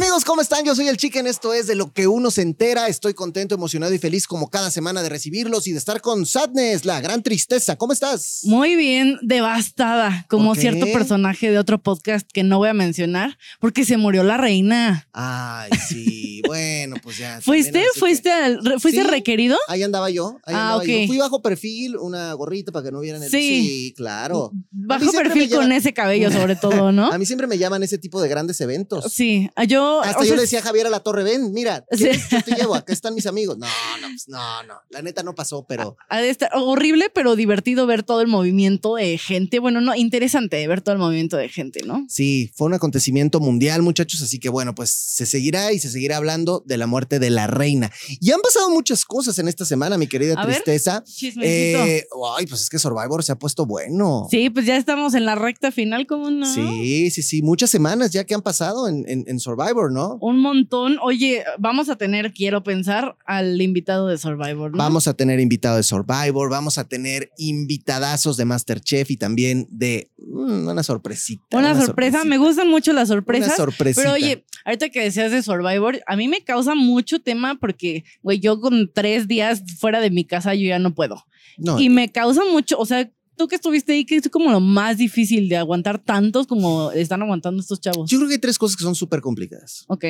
amigos, ¿cómo están? Yo soy el Chicken, esto es De Lo Que Uno Se Entera. Estoy contento, emocionado y feliz como cada semana de recibirlos y de estar con Sadness, la gran tristeza. ¿Cómo estás? Muy bien, devastada, como ¿Por qué? cierto personaje de otro podcast que no voy a mencionar, porque se murió la reina. Ay, sí, bueno, pues ya. ¿Fuiste? también, así ¿Fuiste, que- ¿fuiste Sí, requerido? Ahí andaba yo, ok. Fui bajo perfil, una gorrita para que no vieran el... Sí. Sí, claro. A mí Bajo siempre perfil me llaman- con ese cabello sobre todo, ¿no? A mí siempre me llaman ese tipo de grandes eventos. Sí, yo... Hasta o yo sea, le decía a Javier a la Torre, ven, mira, Sí. ¿quieres? Yo te llevo, acá están mis amigos. No, la neta no pasó, pero... ha de estar horrible, pero divertido ver todo el movimiento de gente. Bueno, no, interesante ver todo el movimiento de gente, ¿no? Sí, fue un acontecimiento mundial, muchachos, así que bueno, pues se seguirá y se seguirá hablando de la muerte de la reina. Y han pasado muchas cosas en esta semana, mi querida A ver, Tristeza. Chismecito. Ay, pues es que Survivor se ha puesto bueno. Sí, pues ya estamos en la recta final, ¿cómo no? Sí, muchas semanas ya que han pasado en Survivor, ¿no? Un montón. Oye, vamos a tener, quiero pensar, al invitado de Survivor, ¿no? Vamos a tener invitado de Survivor, vamos a tener invitadazos de MasterChef y también de una sorpresita. Una sorpresa, me gustan mucho las sorpresas. Una sorpresita. Pero oye, ahorita que decías de Survivor, a mí me causa mucho tema porque, güey, yo con 3 días fuera de mi casa yo ya no puedo. No, Y me causa mucho, o sea, tú que estuviste ahí, que es como lo más difícil de aguantar tantos como están aguantando estos chavos. yo creo que hay 3 cosas que son súper complicadas. Ok.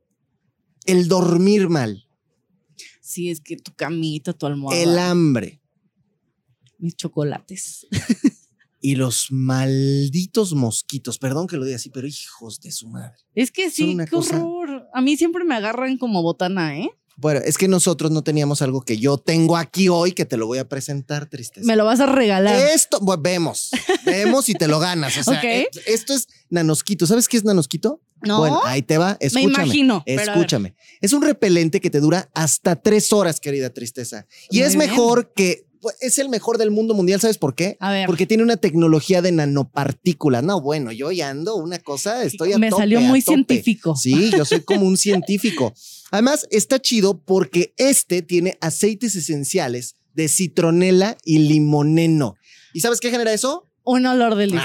El dormir mal, Sí, es que tu camita, tu almohada, el hambre mis chocolates. y los malditos mosquitos. Perdón que lo diga así, pero hijos de su madre. Es que Son sí, una qué cosa- horror. A mí siempre me agarran como botana, ¿eh? Bueno, es que nosotros no teníamos algo que yo tengo aquí hoy que te lo voy a presentar, Tristeza. Me lo vas a regalar. Esto, bueno, vemos y te lo ganas. O sea, Ok. Esto es nanosquito. ¿Sabes qué es nanosquito? No. Bueno, ahí te va. Escúchame. imagino, pero a ver. Escúchame. Es un repelente que te dura hasta 3 horas, querida Tristeza. Y Muy es bien. mejor que... pues, es el mejor del mundo mundial. ¿Sabes por qué? A ver. Porque tiene una tecnología de nanopartículas. No, bueno, yo ya ando una cosa, estoy a Me tope, salió a muy tope. científico. Sí, yo soy como un científico. Además, está chido porque tiene aceites esenciales de citronela y limoneno. ¿Y sabes qué genera eso? Un olor delicioso.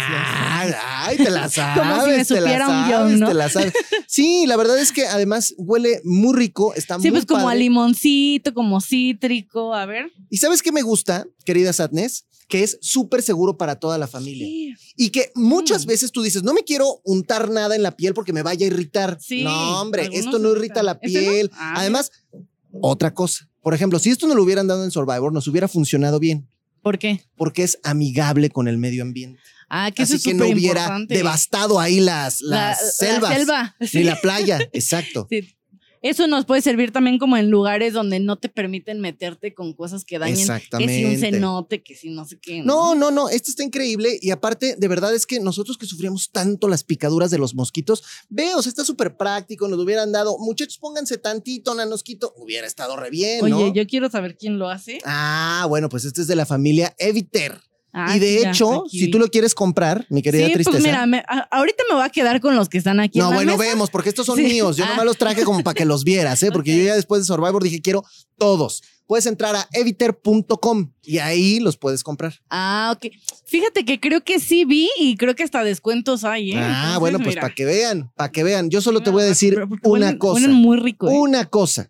Ay, te la sabes. Como si me te la supiera un sabes, guión, ¿no? te la sabes. Sí, la verdad es que además huele muy rico, está Sí, muy pues como a padre. limoncito, como cítrico. A ver. ¿Y sabes qué me gusta, querida Sadness? Que es súper seguro para toda la familia. Y que muchas veces tú dices, no me quiero untar nada en la piel porque me vaya a irritar. Sí, No, hombre, algunos esto no irrita la ¿Este no? piel. Ah, Además, otra cosa. Por ejemplo, si esto no lo hubieran dado en Survivor, nos hubiera funcionado bien. ¿Por qué? Porque es amigable con el medio ambiente. Ah, que Así eso es que no súper hubiera importante. devastado ahí las La selvas. selva. Ni Sí. la playa. Exacto. Sí. Eso nos puede servir también como en lugares donde no te permiten meterte con cosas que dañen. Que si un Exactamente. cenote, que si no sé qué. No, esto está increíble y aparte, de verdad es que nosotros que sufríamos tanto las picaduras de los mosquitos, o sea, está súper práctico, nos hubieran dado, muchachos, pónganse tantito nanosquito, hubiera estado re bien, Oye, ¿no? yo quiero saber quién lo hace. Ah, bueno, pues este es de la familia Eviter. Ah, Y de sí, ya, hecho, aquí si vi. tú lo quieres comprar, mi querida Sí, Tristeza. pues mira, ahorita me voy a quedar con los que están aquí. No, en la bueno, mesa. vemos, porque estos son Sí. míos. Yo nomás los traje como para que los vieras, ¿eh? Porque Ok. yo ya después de Survivor dije, quiero todos. Puedes entrar a eviter.com y ahí los puedes comprar. Ah, ok. Fíjate que creo que sí vi y creo que hasta descuentos hay, ¿eh? Entonces, Bueno, pues mira. para que vean. Yo solo te voy a decir Porque una huelen- cosa. huelen muy rico, ¿eh? Una cosa.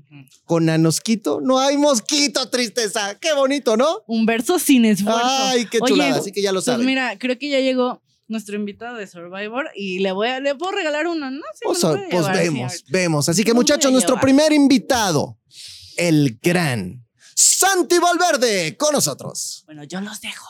Con nanosquito no hay mosquito, Tristeza. Qué bonito, ¿no? Un verso sin esfuerzo. Ay, qué Oye, chulada. Así que ya lo Pues saben. mira, creo que ya llegó nuestro invitado de Survivor y le puedo regalar uno, ¿no? Sí, Pues, me lo voy a pues llevar, sí, vemos. ahorita. Así que Me lo voy muchachos, a nuestro llevar. primer invitado, el gran Santi Valverde, con nosotros. Bueno, yo los dejo.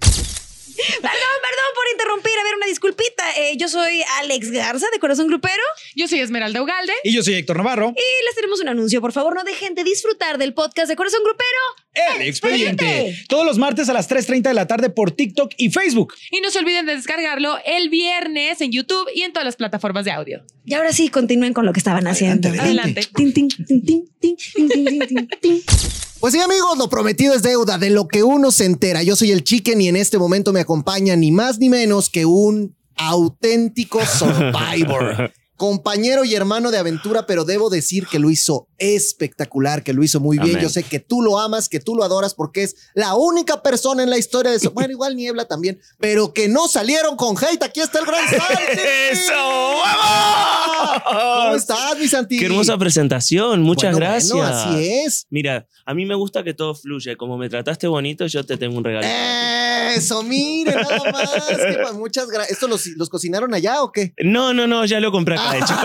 Perdón por interrumpir. A ver, una disculpita. Yo soy Alex Garza, de Corazón Grupero. Yo soy Esmeralda Ugalde. Y yo soy Héctor Navarro. Y les tenemos un anuncio. Por favor, no dejen de disfrutar del podcast de Corazón Grupero. El Expediente. Expediente. Todos los martes a las 3:30 de la tarde por TikTok y Facebook. Y no se olviden de descargarlo el viernes en YouTube y en todas las plataformas de audio. Y ahora sí, continúen con lo que estaban haciendo. Adelante. Tin, tin, tin, tin, tin, tin, tin, tin, tin, tin. Pues sí, amigos, lo prometido es deuda, de lo que uno se entera. Yo soy el Chicken y en este momento me acompaña ni más ni menos que un auténtico Survivor. compañero y hermano de aventura, pero debo decir que lo hizo espectacular, que lo hizo muy bien. Amén. Yo sé que tú lo amas, que tú lo adoras, porque es la única persona en la historia de eso. Bueno, igual Niebla también, pero que no salieron con hate. Aquí está el gran Santi. ¡Eso! ¡Vamos! ¿Cómo estás, mi Santi? Qué hermosa presentación. Muchas Bueno, gracias. bueno, así es. Mira, a mí me gusta que todo fluya. Como me trataste bonito, yo te tengo un regalo. Eso, mire, nada más. Muchas gracias. ¿Esto los cocinaron allá o qué? No, ya lo compré acá hecho.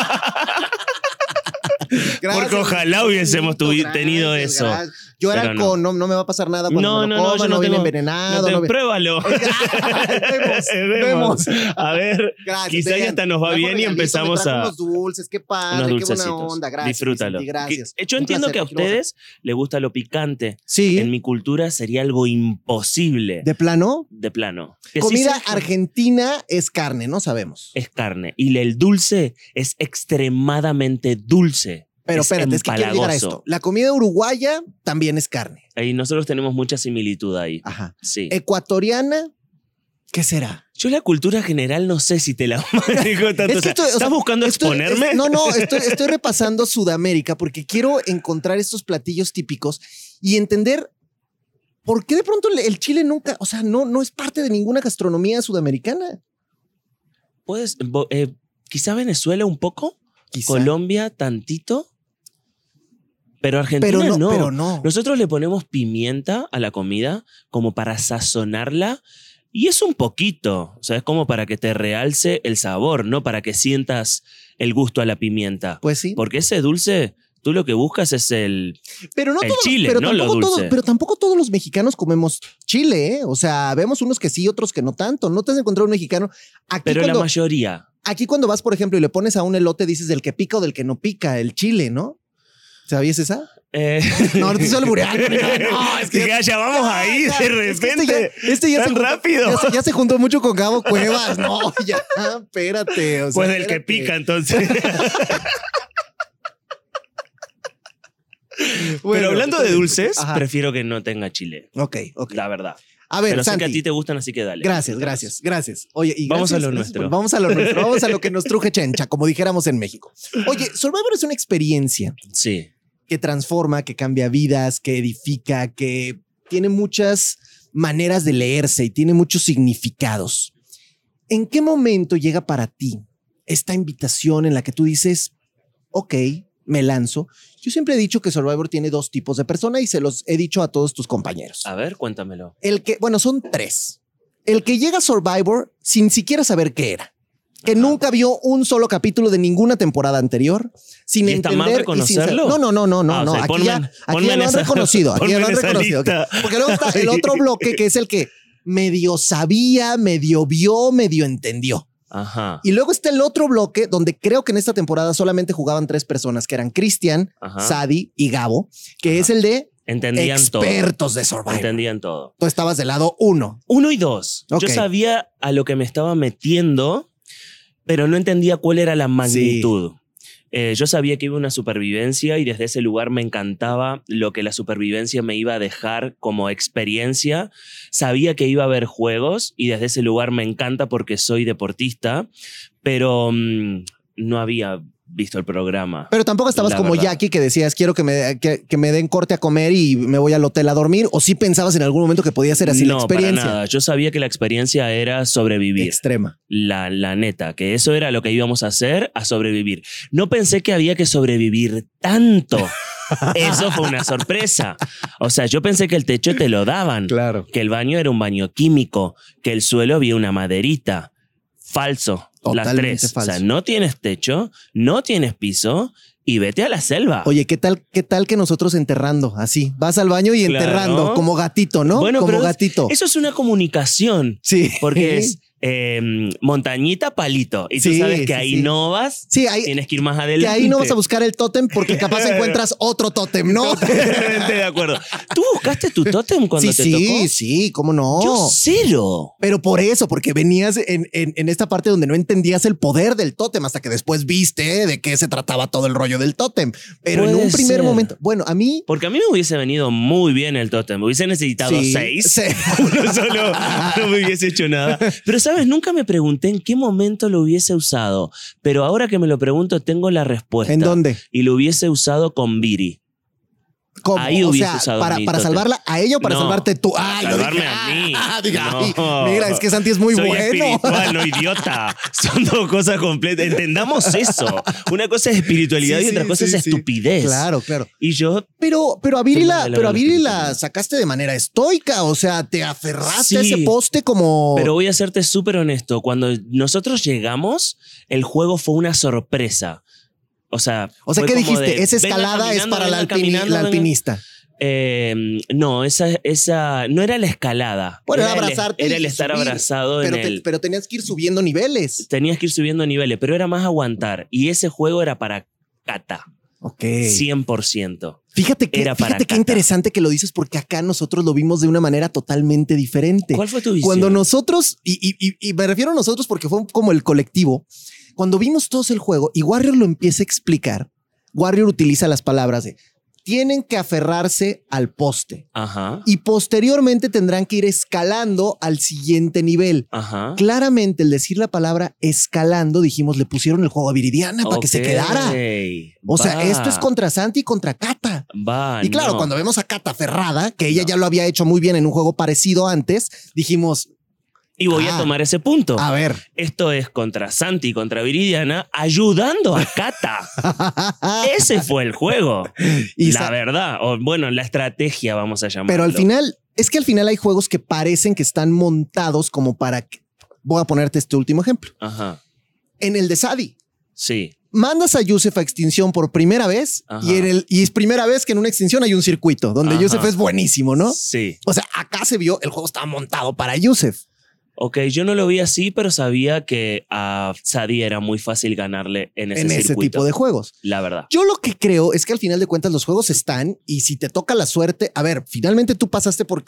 Gracias, Porque ojalá hubiésemos tenido eso. Gracias. Yo era Pero halcón, no me va a pasar nada cuando me lo coma, yo no viene tengo- envenenado. no te- Pruébalo. Vemos. A ver, Gracias, quizá ya vean, hasta nos va trajo bien y regalitos, empezamos me trajo a... unos dulces, qué unos padre, qué buena dulcecitos. onda. Gracias. Disfrútalo. Vicente, gracias. Yo Un entiendo placer, que a aquí lo vamos ustedes les gusta lo picante. Sí. En mi cultura sería algo imposible. ¿De plano? De plano. Que sí Comida sé que argentina es carne, no sabemos. es carne. Y el dulce es extremadamente dulce. Pero Es espérate, es que quiero llegar a empalagoso. esto. La comida uruguaya también es carne. Y nosotros tenemos mucha similitud ahí. Ajá. Sí. Ecuatoriana, ¿qué será? Yo la cultura general no sé si te la manejo tanto. Es que O sea, estoy- o ¿estás sea, buscando exponerme? No, estoy repasando Sudamérica porque quiero encontrar estos platillos típicos y entender por qué de pronto el chile nunca, o sea, no es parte de ninguna gastronomía sudamericana. Puedes, quizá Venezuela un poco, Quizá. Colombia tantito, pero Argentina Pero no. pero no. Nosotros le ponemos pimienta a la comida como para sazonarla y es un poquito, o sea, es como para que te realce el sabor, no para que sientas el gusto a la pimienta. Pues sí. Porque ese dulce, tú lo que buscas es el... Pero no el todo, chile, pero no lo tampoco dulce. pero tampoco todos los mexicanos comemos chile, ¿eh? O sea, vemos unos que sí, otros que no tanto. No te has encontrado un mexicano. Aquí Pero cuando, la mayoría. aquí cuando vas, por ejemplo, y le pones a un elote, dices del que pica o del que no pica, el chile, ¿no? ¿Sabías esa? No, no te estoy albureando. No, es que Dije, ya vamos ahí de Es que repente. este ya tan se juntó- rápido. Ya se juntó mucho con Gabo Cuevas. No, ya, espérate. O sea, Pues del que espérate. pica, entonces. Bueno, Pero hablando de dulces, ajá. prefiero que no tenga chile. Ok. La verdad. A ver, Pero sé Santi. que a ti te gustan, así que dale. Gracias. Oye, y Vamos gracias, a lo gracias, nuestro. Vamos a lo nuestro. Vamos a lo que nos truje chencha, como dijéramos en México. Oye, Survivor es una experiencia Sí. que transforma, que cambia vidas, que edifica, que tiene muchas maneras de leerse y tiene muchos significados. ¿En qué momento llega para ti esta invitación en la que tú dices, ok, me lanzo? Yo siempre he dicho que Survivor tiene dos tipos de persona y se los he dicho a todos tus compañeros. A ver, cuéntamelo. El que, bueno, son tres. El que llega a Survivor sin siquiera saber qué era. Que nunca vio un solo capítulo de ninguna temporada anterior, sin ¿Y está entender. mal y sin saber- reconocerlo? No. Ah, o sea, Aquí ponme ya, en- aquí ponme ya en lo han esa- reconocido. Aquí ponme ya lo en han esa reconocido. lista. Porque luego está el otro bloque que es el que medio sabía, medio vio, medio entendió. Ajá. Y luego está el otro bloque donde creo que en esta temporada solamente jugaban tres personas, que eran Cristian, Ajá. Sadie y Gabo, que es el de Entendían todo. expertos de Survivor. Entendían todo. Tú estabas del lado 1. 1 y 2. Ok. Yo sabía a lo que me estaba metiendo, pero no entendía cuál era la magnitud. Yo sabía que iba una supervivencia y desde ese lugar me encantaba lo que la supervivencia me iba a dejar como experiencia. Sabía que iba a haber juegos y desde ese lugar me encanta porque soy deportista, pero no había visto el programa. Pero tampoco estabas La como verdad. Jackie que decías, quiero que me den corte a comer y me voy al hotel a dormir. ¿O sí pensabas en algún momento que podía ser así la No, experiencia? para nada. Yo sabía que la experiencia era sobrevivir. Extrema. La neta, que eso era lo que íbamos a hacer, a sobrevivir. No pensé que había que sobrevivir tanto. Eso fue una sorpresa. O sea, yo pensé que el techo te lo daban. Claro. Que el baño era un baño químico. Que el suelo había una maderita. Falso. Las Totalmente tres. falso. O sea, no tienes techo, no tienes piso y vete a la selva. Oye, ¿qué tal que nosotros enterrando? Así, vas al baño y Claro. enterrando, como gatito, ¿no? Bueno, como pero gatito. eso es una comunicación. Sí. Porque es montañita, palito. Y tú Sí, sabes que sí, ahí sí. no vas. Sí, ahí, Tienes que ir más adelante. que ahí no vas a buscar el tótem porque capaz encuentras otro tótem, ¿no? Totalmente de acuerdo. ¿Tú buscaste tu tótem cuando Sí, te tocó? sí, cómo no. Yo cero. Pero por eso, porque venías en esta parte donde no entendías el poder del tótem hasta que después viste de qué se trataba todo el rollo del tótem. Pero en Puede un primer ser. momento, bueno, a mí... Porque a mí me hubiese venido muy bien el tótem. Me hubiese necesitado Sí, 6. sí. Uno solo no me hubiese hecho nada. Pero ¿sabes ¿Sabes? Nunca me pregunté en qué momento lo hubiese usado, pero ahora que me lo pregunto tengo la respuesta. ¿En dónde? Y lo hubiese usado con Viri. ¿Cómo? Ahí o hubiese sea, usado para mi tótem. salvarla a ella o para No, salvarte tú. para Yo salvarme dije, a mí. Ay, No. mira, es que Santi es muy Soy bueno. espiritual, no idiota. Son dos cosas completas. Entendamos eso. Una cosa es espiritualidad y otra cosa es estupidez. Claro, claro. Y yo Pero a Viri Tengo la, que pero a lograr Viri la la sacaste de manera estoica. O sea, te aferraste a Sí. ese poste como. Pero voy a serte súper honesto. Cuando nosotros llegamos, el juego fue una sorpresa. O sea, O sea, fue ¿qué como dijiste? de, Esa venga escalada es caminando, para venga caminando, la venga. alpinista. No, esa no era la escalada. Bueno, era el- abrazarte. Era el y estar subir. abrazado Pero, en el. pero tenías que ir subiendo niveles. Tenías que ir subiendo niveles, pero era más aguantar. Y ese juego era para Kata. Ok. 100%. Fíjate Era para qué Kata. interesante que lo dices porque acá nosotros lo vimos de una manera totalmente diferente. ¿Cuál fue tu visión? Cuando nosotros, y me refiero a nosotros porque fue como el colectivo, cuando vimos todos el juego y Warrior lo empieza a explicar, Warrior utiliza las palabras de tienen que aferrarse al poste Ajá. y posteriormente tendrán que ir escalando al siguiente nivel. Ajá. Claramente, el decir la palabra escalando, dijimos, le pusieron el juego a Viridiana para que se Ok. quedara. O sea, Va. esto es contra Santi y contra Kata. Va, Y claro, no. cuando vemos a Kata aferrada, que ella ya lo había hecho muy bien en un juego parecido antes, dijimos, Y voy a tomar ese punto. a ver. Esto es contra Santi y contra Viridiana ayudando a Kata. Ese fue el juego. Y La sa- verdad. O bueno, la estrategia, vamos a llamarlo. Pero al final, es que al final hay juegos que parecen que están montados como para que... Voy a ponerte este último ejemplo. Ajá. En el de Sadi, Sí. mandas a Yusef a extinción por primera vez Ajá. y es primera vez que en una extinción hay un circuito donde Ajá. Yusef es buenísimo, ¿no? Sí. O sea, acá se vio, el juego estaba montado para Yusef. Ok, yo no lo vi así, pero sabía que a Sadi era muy fácil ganarle en ese En ese circuito. tipo de juegos. La verdad. Yo lo que creo es que al final de cuentas los juegos están y si te toca la suerte, a ver, finalmente tú pasaste por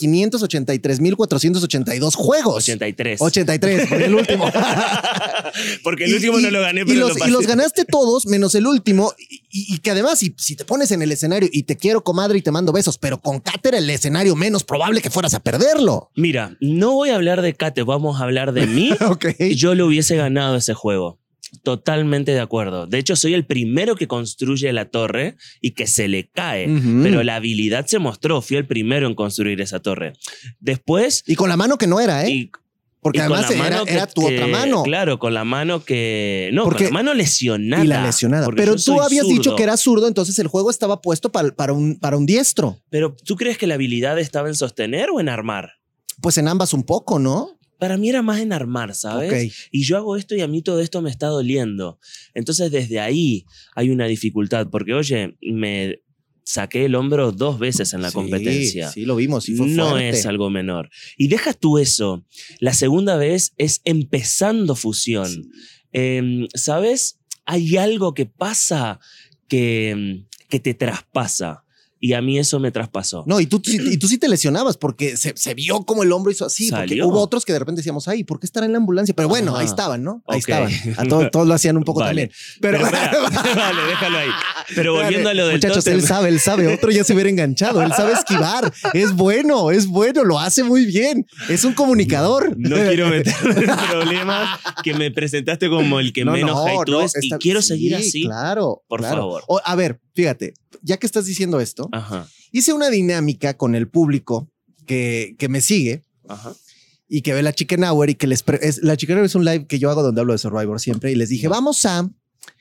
583,482 juegos. 83. 83, por el último. Porque el último no lo gané, pero lo pasé. y los ganaste todos, menos el último. Y que además, si te pones en el escenario y te quiero, comadre, y te mando besos, pero con Kata era el escenario menos probable que fueras a perderlo. Mira, no voy a hablar de Kate, vamos a hablar de mí. Ok. Yo lo hubiese ganado ese juego. Totalmente de acuerdo. De hecho, soy el primero que construye la torre y que se le cae. Ujú. Pero la habilidad se mostró. Fui el primero en construir esa torre. Después... Y con la mano que no era, ¿eh? y- Porque y con además la mano era tu otra mano. Claro, con la mano que... No, Porque- con la mano lesionada. Y la lesionada. porque Pero yo tú soy habías dicho zurdo. que era zurdo, entonces el juego estaba puesto para un diestro. Pero ¿tú crees que la habilidad estaba en sostener o en armar? Pues en ambas un poco, ¿no? Para mí era más en armar, ¿sabes? Ok. Y yo hago esto y a mí todo esto me está doliendo. Entonces desde ahí hay una dificultad, porque oye, me saqué el hombro 2 veces en la competencia. Sí, lo vimos y fue No fuerte. es algo menor. Y deja tú eso. La segunda vez es empezando fusión. ¿Sabes? Hay algo que pasa que te traspasa. Y a mí eso me traspasó. No, y tú sí te lesionabas porque se vio como el hombro hizo así. Porque ¿Salió? hubo otros que de repente decíamos, ay, ¿por qué estará en la ambulancia? Pero bueno, Ajá. ahí estaban, ¿no? Ahí Ok. estaban. Todos lo hacían un poco Vale. también. Pero, Vale, déjalo ahí. Pero volviendo a lo del muchachos, tótem. él sabe. Otro ya se hubiera enganchado. Él sabe esquivar. Es bueno, lo hace muy bien. Es un comunicador. No quiero meterme en problemas que me presentaste como el que menos hate tú ves, y quiero seguir así. Claro. Por claro. favor. A ver, fíjate, ya que estás diciendo esto, Ajá, hice una dinámica con el público que me sigue ajá. y que ve la Chicken Hour y que la Chicken Hour es un live que yo hago donde hablo de Survivor siempre y les dije, vamos a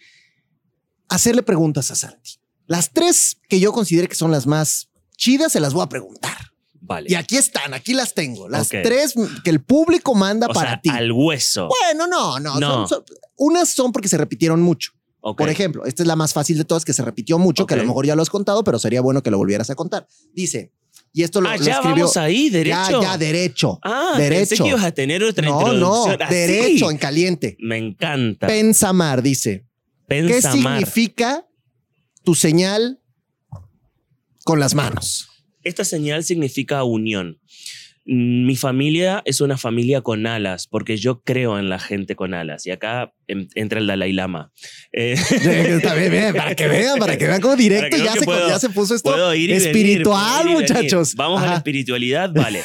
hacerle preguntas a Santi. Las 3 que yo considere que son las más chidas se las voy a preguntar. Vale. Y aquí están, aquí las tengo. Las Ok. 3 que el público manda O para sea, ti. al hueso. Bueno, no. No. Unas son porque se repitieron mucho. Ok. Por ejemplo, esta es la más fácil de todas que se repitió mucho, que a lo Ok. mejor ya lo has contado, pero sería bueno que lo volvieras a contar. Dice, y esto lo ya escribió. vamos ahí, derecho. Ya, derecho. Ah, derecho. pensé que ibas a tener otra No, introducción. Así. derecho, en caliente. Me encanta. Pensamar, dice. ¿Qué Pensamar. significa tu señal con las manos? Esta señal significa unión. Mi familia es una familia con alas, porque yo creo en la gente con alas. Y acá entra el Dalai Lama. Está bien, para que vean como directo ya se puso esto puedo ir y espiritual, venir, muchachos. Vamos Ajá. a la espiritualidad, vale.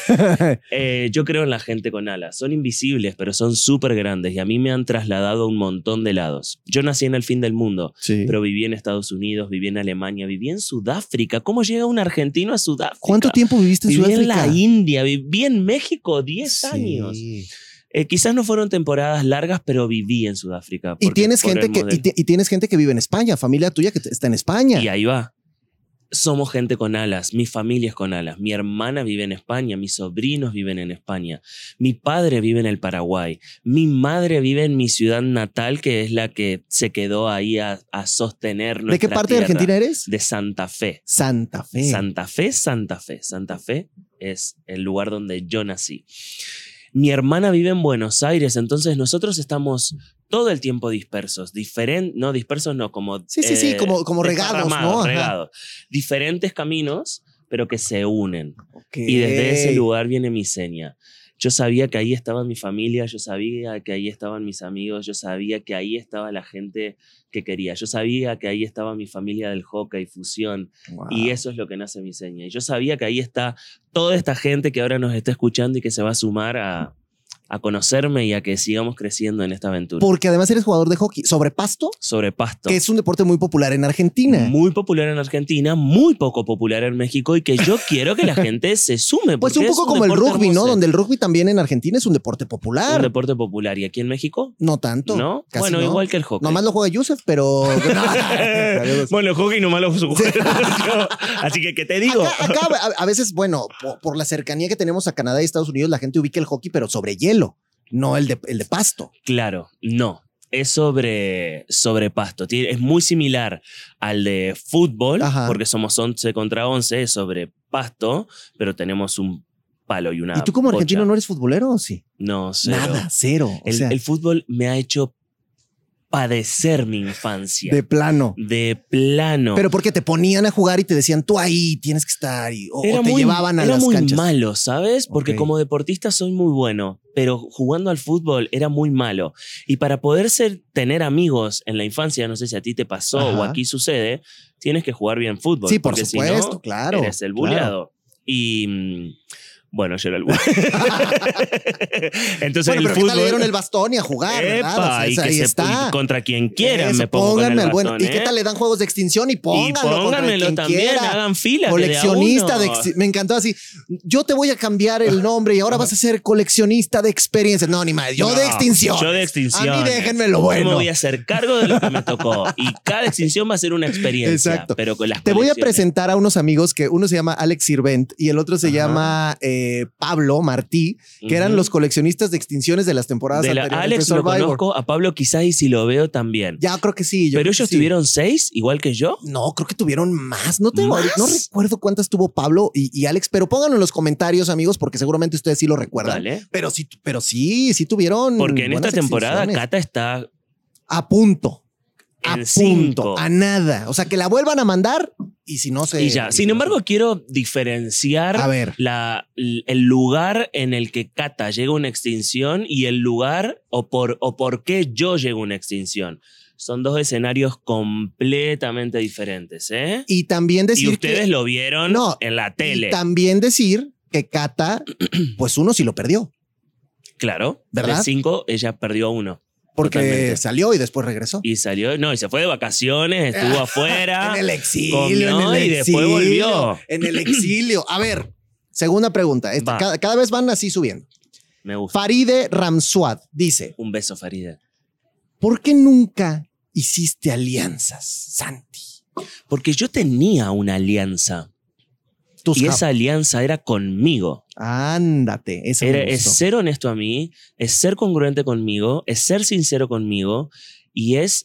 Yo creo en la gente con alas. Son invisibles, pero son súper grandes y a mí me han trasladado a un montón de lados. Yo nací en el fin del mundo, Sí. pero viví en Estados Unidos, viví en Alemania, viví en Sudáfrica. ¿Cómo llega un argentino a Sudáfrica? ¿Cuánto tiempo viviste en Viví en Sudáfrica? la India, viví en México 10 años. Sí. Quizás no fueron temporadas largas, pero viví en Sudáfrica. Y porque tienes por gente el que modelo. y tienes gente que vive en España, familia tuya que está en España. Y ahí va. Somos gente con alas, mi familia es con alas. Mi hermana vive en España, mis sobrinos viven en España. Mi padre vive en el Paraguay. Mi madre vive en mi ciudad natal, que es la que se quedó ahí a sostener nuestra ¿De qué parte de tierra. Argentina eres? De Santa Fe. Santa Fe. Santa Fe, Santa Fe. Santa Fe es el lugar donde yo nací. Mi hermana vive en Buenos Aires, entonces nosotros estamos todo el tiempo dispersos. Dispersos no, como... Sí, como regados, desparramados, ¿no? Ajá. regados. Diferentes caminos, pero que se unen. Ok. Y desde ese lugar viene mi seña. Yo sabía que ahí estaba mi familia, yo sabía que ahí estaban mis amigos, yo sabía que ahí estaba la gente que quería. Yo sabía que ahí estaba mi familia del hockey, fusión. Wow. Y eso es lo que nace mi seña. Y yo sabía que ahí está toda esta gente que ahora nos está escuchando y que se va a sumar a conocerme y a que sigamos creciendo en esta aventura. Porque además eres jugador de hockey sobre pasto, Sobre pasto. que es un deporte muy popular en Argentina. Muy popular en Argentina, muy poco popular en México y que yo quiero que la gente se sume. Pues porque un poco es como el deporte rugby, ¿no? hermoso. Donde el rugby también en Argentina es un deporte popular. Un deporte popular. ¿Y aquí en México? No tanto. ¿No? Casi Bueno, no. igual que el hockey. Nomás lo juega Yusef, pero... Bueno, el hockey nomás lo juego yo. Así que, ¿qué te digo? Acá a veces, bueno, por la cercanía que tenemos a Canadá y Estados Unidos, la gente ubica el hockey, pero sobre hielo, no el de pasto. Claro, no. Es sobre pasto. Es muy similar al de fútbol, Ajá. porque somos 11 contra 11, es sobre pasto, pero tenemos un palo y una ¿Y tú como bocha. argentino no eres futbolero o sí? No, cero. Nada, cero. O sea, El fútbol me ha hecho padecer mi infancia. de plano. De plano. Pero porque te ponían a jugar y te decían, tú ahí tienes que estar, o te muy, llevaban a era las muy canchas. malo, ¿sabes? Porque Ok. como deportista soy muy bueno, pero jugando al fútbol era muy malo. Y para poder tener amigos en la infancia, no sé si a ti te pasó Ajá. o aquí sucede, tienes que jugar bien fútbol. Sí, por porque supuesto, si no, claro. eres el buleado. Y bueno, yo era el buleado. Entonces Bueno, el pero fútbol... ¿qué tal le dieron el bastón y a jugar, verdad? Epa, O sea, y que ahí se, está. y contra quien quieran Eso, me pongo con pónganme el al bueno. bastón, ¿Y qué tal le dan juegos de extinción? Y pónganlo contra pónganmelo quien también, quiera. hagan fila. Coleccionista que de a uno. me encantó así. Yo te voy a cambiar el nombre y ahora vas a ser coleccionista de experiencias. No, ni más. Yo No, de extinción. Yo de extinción. A mí déjenme lo bueno. Yo me voy a hacer cargo de lo que me tocó. Y cada extinción va a ser una experiencia. Exacto. Pero con las Te voy a colecciones. presentar a unos amigos que uno se llama Alex Sirvent y el otro se Ajá. llama Pablo Martí, que eran Ujú. los coleccionistas de extinciones de las temporadas De la anteriores Alex de lo Survivor. conozco, a Pablo quizás y si lo veo también. Ya creo que sí. yo Pero creo ellos que sí. tuvieron 6, igual que yo. No, creo que tuvieron más. No tengo, ¿Más? no recuerdo cuántas tuvo Pablo y Alex, pero pónganlo en los comentarios, amigos, porque seguramente ustedes sí lo recuerdan. Dale. Pero sí tuvieron. Porque en esta buenas temporada extinciones. Cata está A punto. A en punto. 5. A nada. O sea, que la vuelvan a mandar y si no se. Y ya. Sin embargo, quiero diferenciar A ver. el lugar en el que Cata llega a una extinción y el lugar o por qué yo llego a una extinción. Son dos escenarios completamente diferentes, ¿eh? Y también decir Y ustedes que, lo vieron No, en la tele. Y también decir que Cata, pues uno sí lo perdió. Claro. ¿Verdad? De 5, ella perdió 1. Porque Totalmente. salió y después regresó. Y salió, no, y se fue de vacaciones, estuvo afuera. En el exilio. comió en el y después exilio, volvió. En el exilio. A ver, segunda pregunta. Va. Cada vez van así subiendo. Me gusta. Faride Ramsuad dice: Un beso, Farida. ¿por qué nunca hiciste alianzas, Santi? Porque yo tenía una alianza. Tus Y ja- esa alianza era conmigo. Ándate. Eso me Es gustó. ser honesto a mí, es ser congruente conmigo, es ser sincero conmigo y es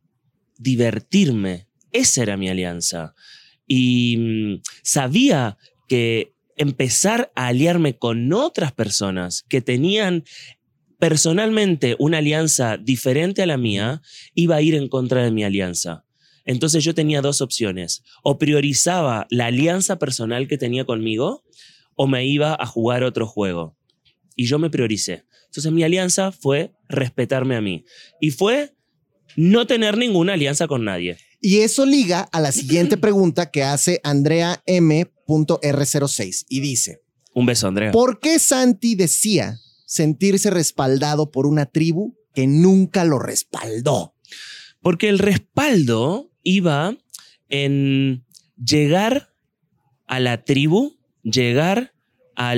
divertirme. Esa era mi alianza. Y sabía que empezar a aliarme con otras personas que tenían personalmente una alianza diferente a la mía, iba a ir en contra de mi alianza. Entonces yo tenía dos opciones. O priorizaba la alianza personal que tenía conmigo o me iba a jugar otro juego. Y yo me prioricé. Entonces mi alianza fue respetarme a mí. Y fue no tener ninguna alianza con nadie. Y eso liga a la siguiente pregunta que hace Andrea M.R06 y dice: Un beso, Andrea. ¿por qué Santi decía sentirse respaldado por una tribu que nunca lo respaldó? Porque el respaldo iba en llegar a la tribu, llegar a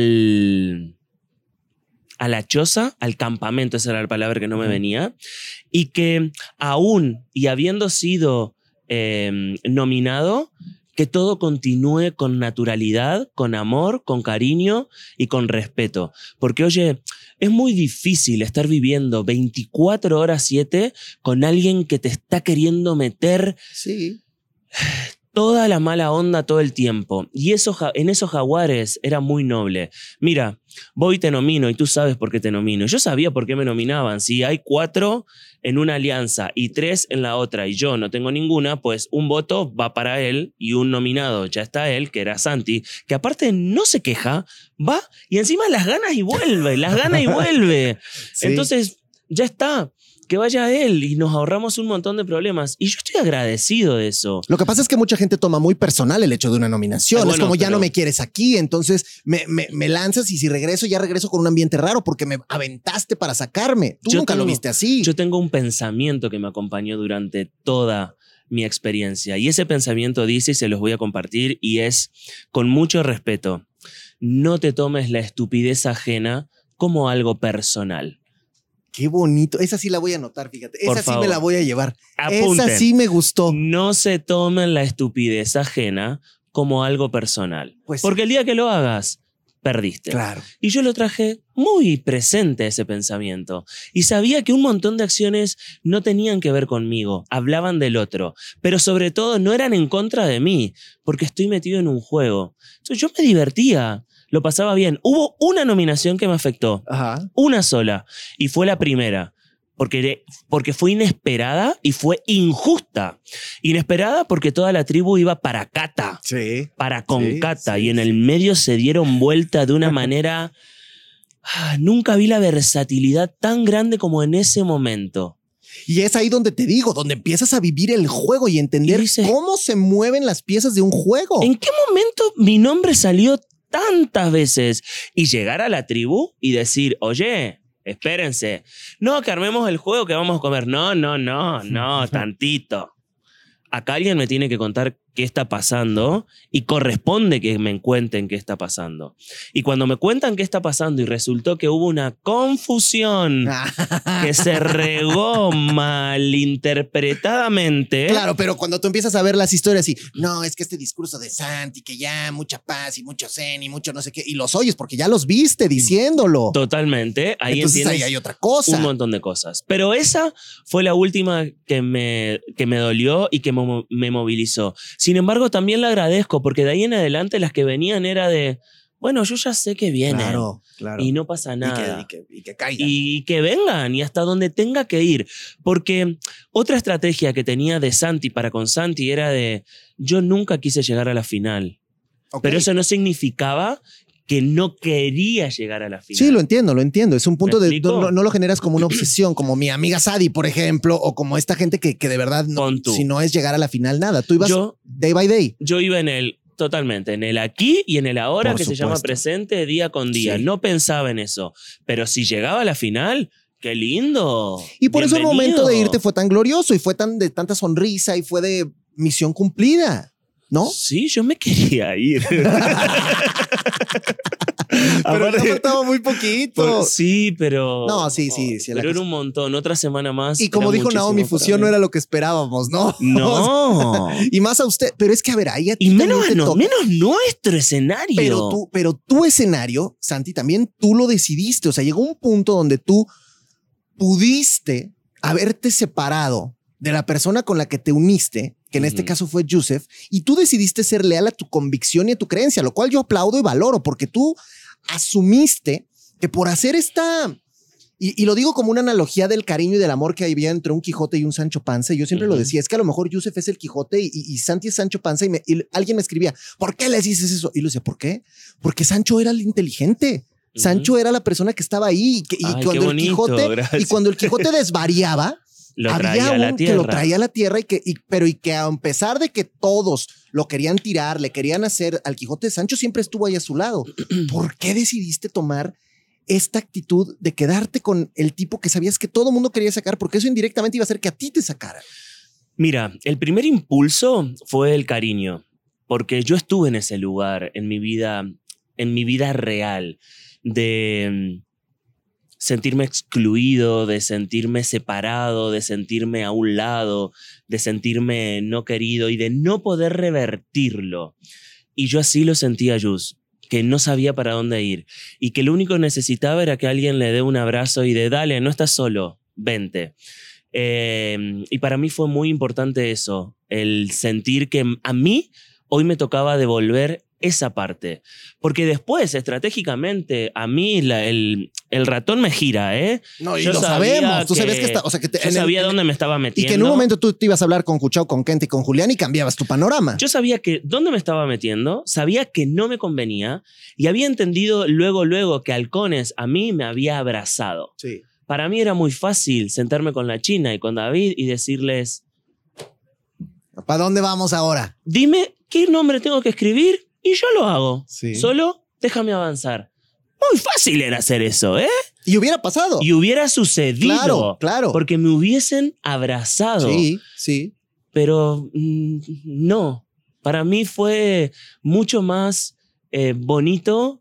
la choza, al campamento, esa era la palabra que no me venía, y que aún y habiendo sido nominado, que todo continúe con naturalidad, con amor, con cariño y con respeto. Porque, oye, es muy difícil estar viviendo 24 horas 7 con alguien que te está queriendo meter Sí. toda la mala onda todo el tiempo. Y eso, en esos jaguares era muy noble. Mira, voy y te nomino y tú sabes por qué te nomino. Yo sabía por qué me nominaban. Si hay 4 en una alianza y 3 en la otra y yo no tengo ninguna, pues un voto va para él y un nominado ya está él, que era Santi, que aparte no se queja, va y encima las ganas y vuelve, las gana y vuelve. Sí. Entonces, ya está. Que vaya él y nos ahorramos un montón de problemas. Y yo estoy agradecido de eso. Lo que pasa es que mucha gente toma muy personal el hecho de una nominación. Bueno, es como, ya pero- no me quieres aquí, entonces me lanzas y si regreso, ya regreso con un ambiente raro porque me aventaste para sacarme. Tú Yo nunca lo tengo- viste así. Yo tengo un pensamiento que me acompañó durante toda mi experiencia. Y ese pensamiento dice, y se los voy a compartir, y es, con mucho respeto, no te tomes la estupidez ajena como algo personal. Qué bonito. Esa sí la voy a anotar, fíjate. Por Esa sí favor. me la voy a llevar. Apunten. Esa sí me gustó. No se tomen la estupidez ajena como algo personal. Pues sí. Porque el día que lo hagas, perdiste. Claro. Y yo lo traje muy presente ese pensamiento. Y sabía que un montón de acciones no tenían que ver conmigo, hablaban del otro. Pero sobre todo no eran en contra de mí, porque estoy metido en un juego. Entonces yo me divertía, lo pasaba bien. Hubo una nominación que me afectó. Ajá. Una sola. Y fue la primera. Porque fue inesperada y fue injusta. Inesperada porque toda la tribu iba para Cata. Sí. Para Concata. sí, Y en el medio se dieron vuelta de una manera... nunca vi la versatilidad tan grande como en ese momento. Y es ahí donde te digo, donde empiezas a vivir el juego y entender Y dices, cómo se mueven las piezas de un juego. ¿en qué momento mi nombre salió tantas veces? Y llegar a la tribu y decir, oye, espérense, no, que armemos el juego que vamos a comer. No, tantito. Acá alguien me tiene que contar qué está pasando y corresponde que me cuenten qué está pasando. Y cuando me cuentan qué está pasando y resultó que hubo una confusión que se regó malinterpretadamente. Claro, pero cuando tú empiezas a ver las historias y no, es que este discurso de Santi, que ya mucha paz y mucho zen y mucho no sé qué, y los oyes porque ya los viste diciéndolo. Totalmente. Ahí Entonces entiendes ahí hay otra cosa. un montón de cosas. Pero esa fue la última que me dolió y que me movilizó. Sin embargo, también la agradezco porque de ahí en adelante las que venían era de, bueno, yo ya sé que vienen. Claro, claro. Y no pasa nada. Y que caigan. Y que vengan y hasta donde tenga que ir. Porque otra estrategia que tenía de Santi para con Santi era de, yo nunca quise llegar a la final. Ok. Pero eso no significaba que no quería llegar a la final. Sí, lo entiendo. Es un punto ¿Me de explico? no lo generas como una obsesión, como mi amiga Sadie, por ejemplo, o como esta gente que de verdad no, Pon tú. si no es llegar a la final, nada. Tú ibas Yo- day by day. Yo iba totalmente, en el aquí y en el ahora, Por que se llama supuesto. presente día con día. Sí. No pensaba en eso. Pero si llegaba a la final, ¡qué lindo! Y por eso el Bienvenido. momento de irte fue tan glorioso y fue tan de tanta sonrisa y fue de misión cumplida, ¿no? Sí, yo me quería ir. Pero Aparte- ya faltaba muy poquito. Sí, pero... No, sí, la Pero era cosa- un montón. Otra semana más. Y como era dijo Naomi, muchísimo para fusión no mí. era lo que esperábamos, ¿no? No. Y más a usted, pero es que a ver, ahí a ti Y también menos, te toca. menos nuestro escenario. Pero tu escenario, Santi, también tú lo decidiste. O sea, llegó un punto donde tú pudiste haberte separado de la persona con la que te uniste, que en este Ujú. caso fue Yusef, y tú decidiste ser leal a tu convicción y a tu creencia, lo cual yo aplaudo y valoro, porque tú asumiste que por hacer Y lo digo como una analogía del cariño y del amor que había entre un Quijote y un Sancho Panza. Y yo siempre lo decía, es que a lo mejor Yusef es el Quijote y Santi es Sancho Panza. Y alguien me escribía, ¿por qué les dices eso? Y lo decía, ¿por qué? Porque Sancho era el inteligente. Sancho era la persona que estaba ahí. Y cuando el Quijote desvariaba, había un que lo traía a la tierra pero a pesar de que todos lo querían tirar, le querían hacer al Quijote, Sancho siempre estuvo ahí a su lado. ¿Por qué decidiste tomar esta actitud de quedarte con el tipo que sabías que todo el mundo quería sacar? Porque eso indirectamente iba a hacer que a ti te sacaran. Mira, el primer impulso fue el cariño, porque yo estuve en ese lugar en mi vida real, de sentirme excluido, de sentirme separado, de sentirme a un lado, de sentirme no querido y de no poder revertirlo. Y yo así lo sentía, Yus, que no sabía para dónde ir y que lo único que necesitaba era que alguien le dé un abrazo y de dale, no estás solo, vente. Y para mí fue muy importante eso, el sentir que a mí hoy me tocaba devolver esa parte. Porque después, estratégicamente, a mí el ratón me gira, ¿eh? No, y yo lo sabemos. Tú sabías que está, o sea, que yo sabía dónde me estaba metiendo. Y que en un momento tú te ibas a hablar con Cuchao, con Kent y con Julián y cambiabas tu panorama. Yo sabía que dónde me estaba metiendo, sabía que no me convenía y había entendido luego que Halcones a mí me había abrazado. Sí. Para mí era muy fácil sentarme con la China y con David y decirles, ¿para dónde vamos ahora? Dime qué nombre tengo que escribir y yo lo hago. Sí. Solo déjame avanzar. Muy fácil era hacer eso, ¿eh? Y hubiera pasado. Y hubiera sucedido. Claro, claro. Porque me hubiesen abrazado. Sí, sí. Pero no. Para mí fue mucho más bonito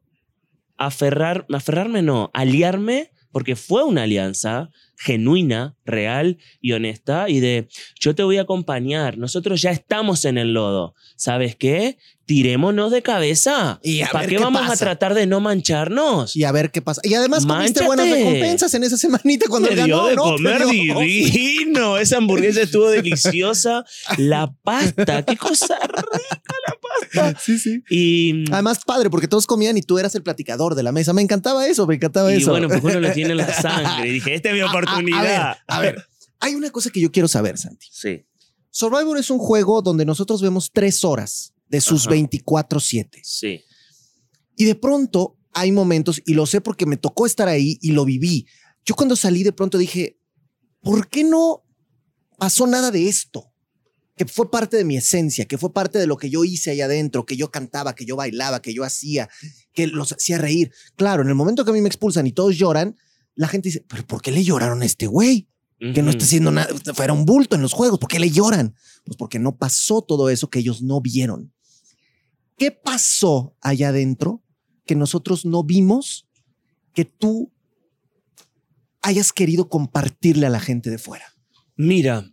aliarme, porque fue una alianza genuina, real y honesta y de yo te voy a acompañar, nosotros ya estamos en el lodo, ¿sabes qué? Tirémonos de cabeza. ¿Para qué vamos a tratar de no mancharnos? Y a ver qué pasa. Y además comiste buenas recompensas en esa semanita cuando me dio de comer divino. Esa hamburguesa estuvo deliciosa. La pasta, qué cosa rica la pasta. Sí, sí. Y además padre, porque todos comían y tú eras el platicador de la mesa. Me encantaba eso, me encantaba eso. Y bueno, pues uno lo tiene en la sangre. Y dije, esta es mi oportunidad. A ver, hay una cosa que yo quiero saber, Santi. Sí. Survivor es un juego donde nosotros vemos 3 horas de sus 24/7. Sí. Y de pronto hay momentos, y lo sé porque me tocó estar ahí y lo viví. Yo cuando salí de pronto dije, ¿por qué no pasó nada de esto? Que fue parte de mi esencia, que fue parte de lo que yo hice ahí adentro, que yo cantaba, que yo bailaba, que yo hacía, que los hacía reír. Claro, en el momento que a mí me expulsan y todos lloran, la gente dice, ¿pero por qué le lloraron a este güey? Que no está haciendo nada, fuera un bulto en los juegos. ¿Por qué le lloran? Pues porque no pasó todo eso que ellos no vieron. ¿Qué pasó allá adentro que nosotros no vimos que tú hayas querido compartirle a la gente de fuera? Mira,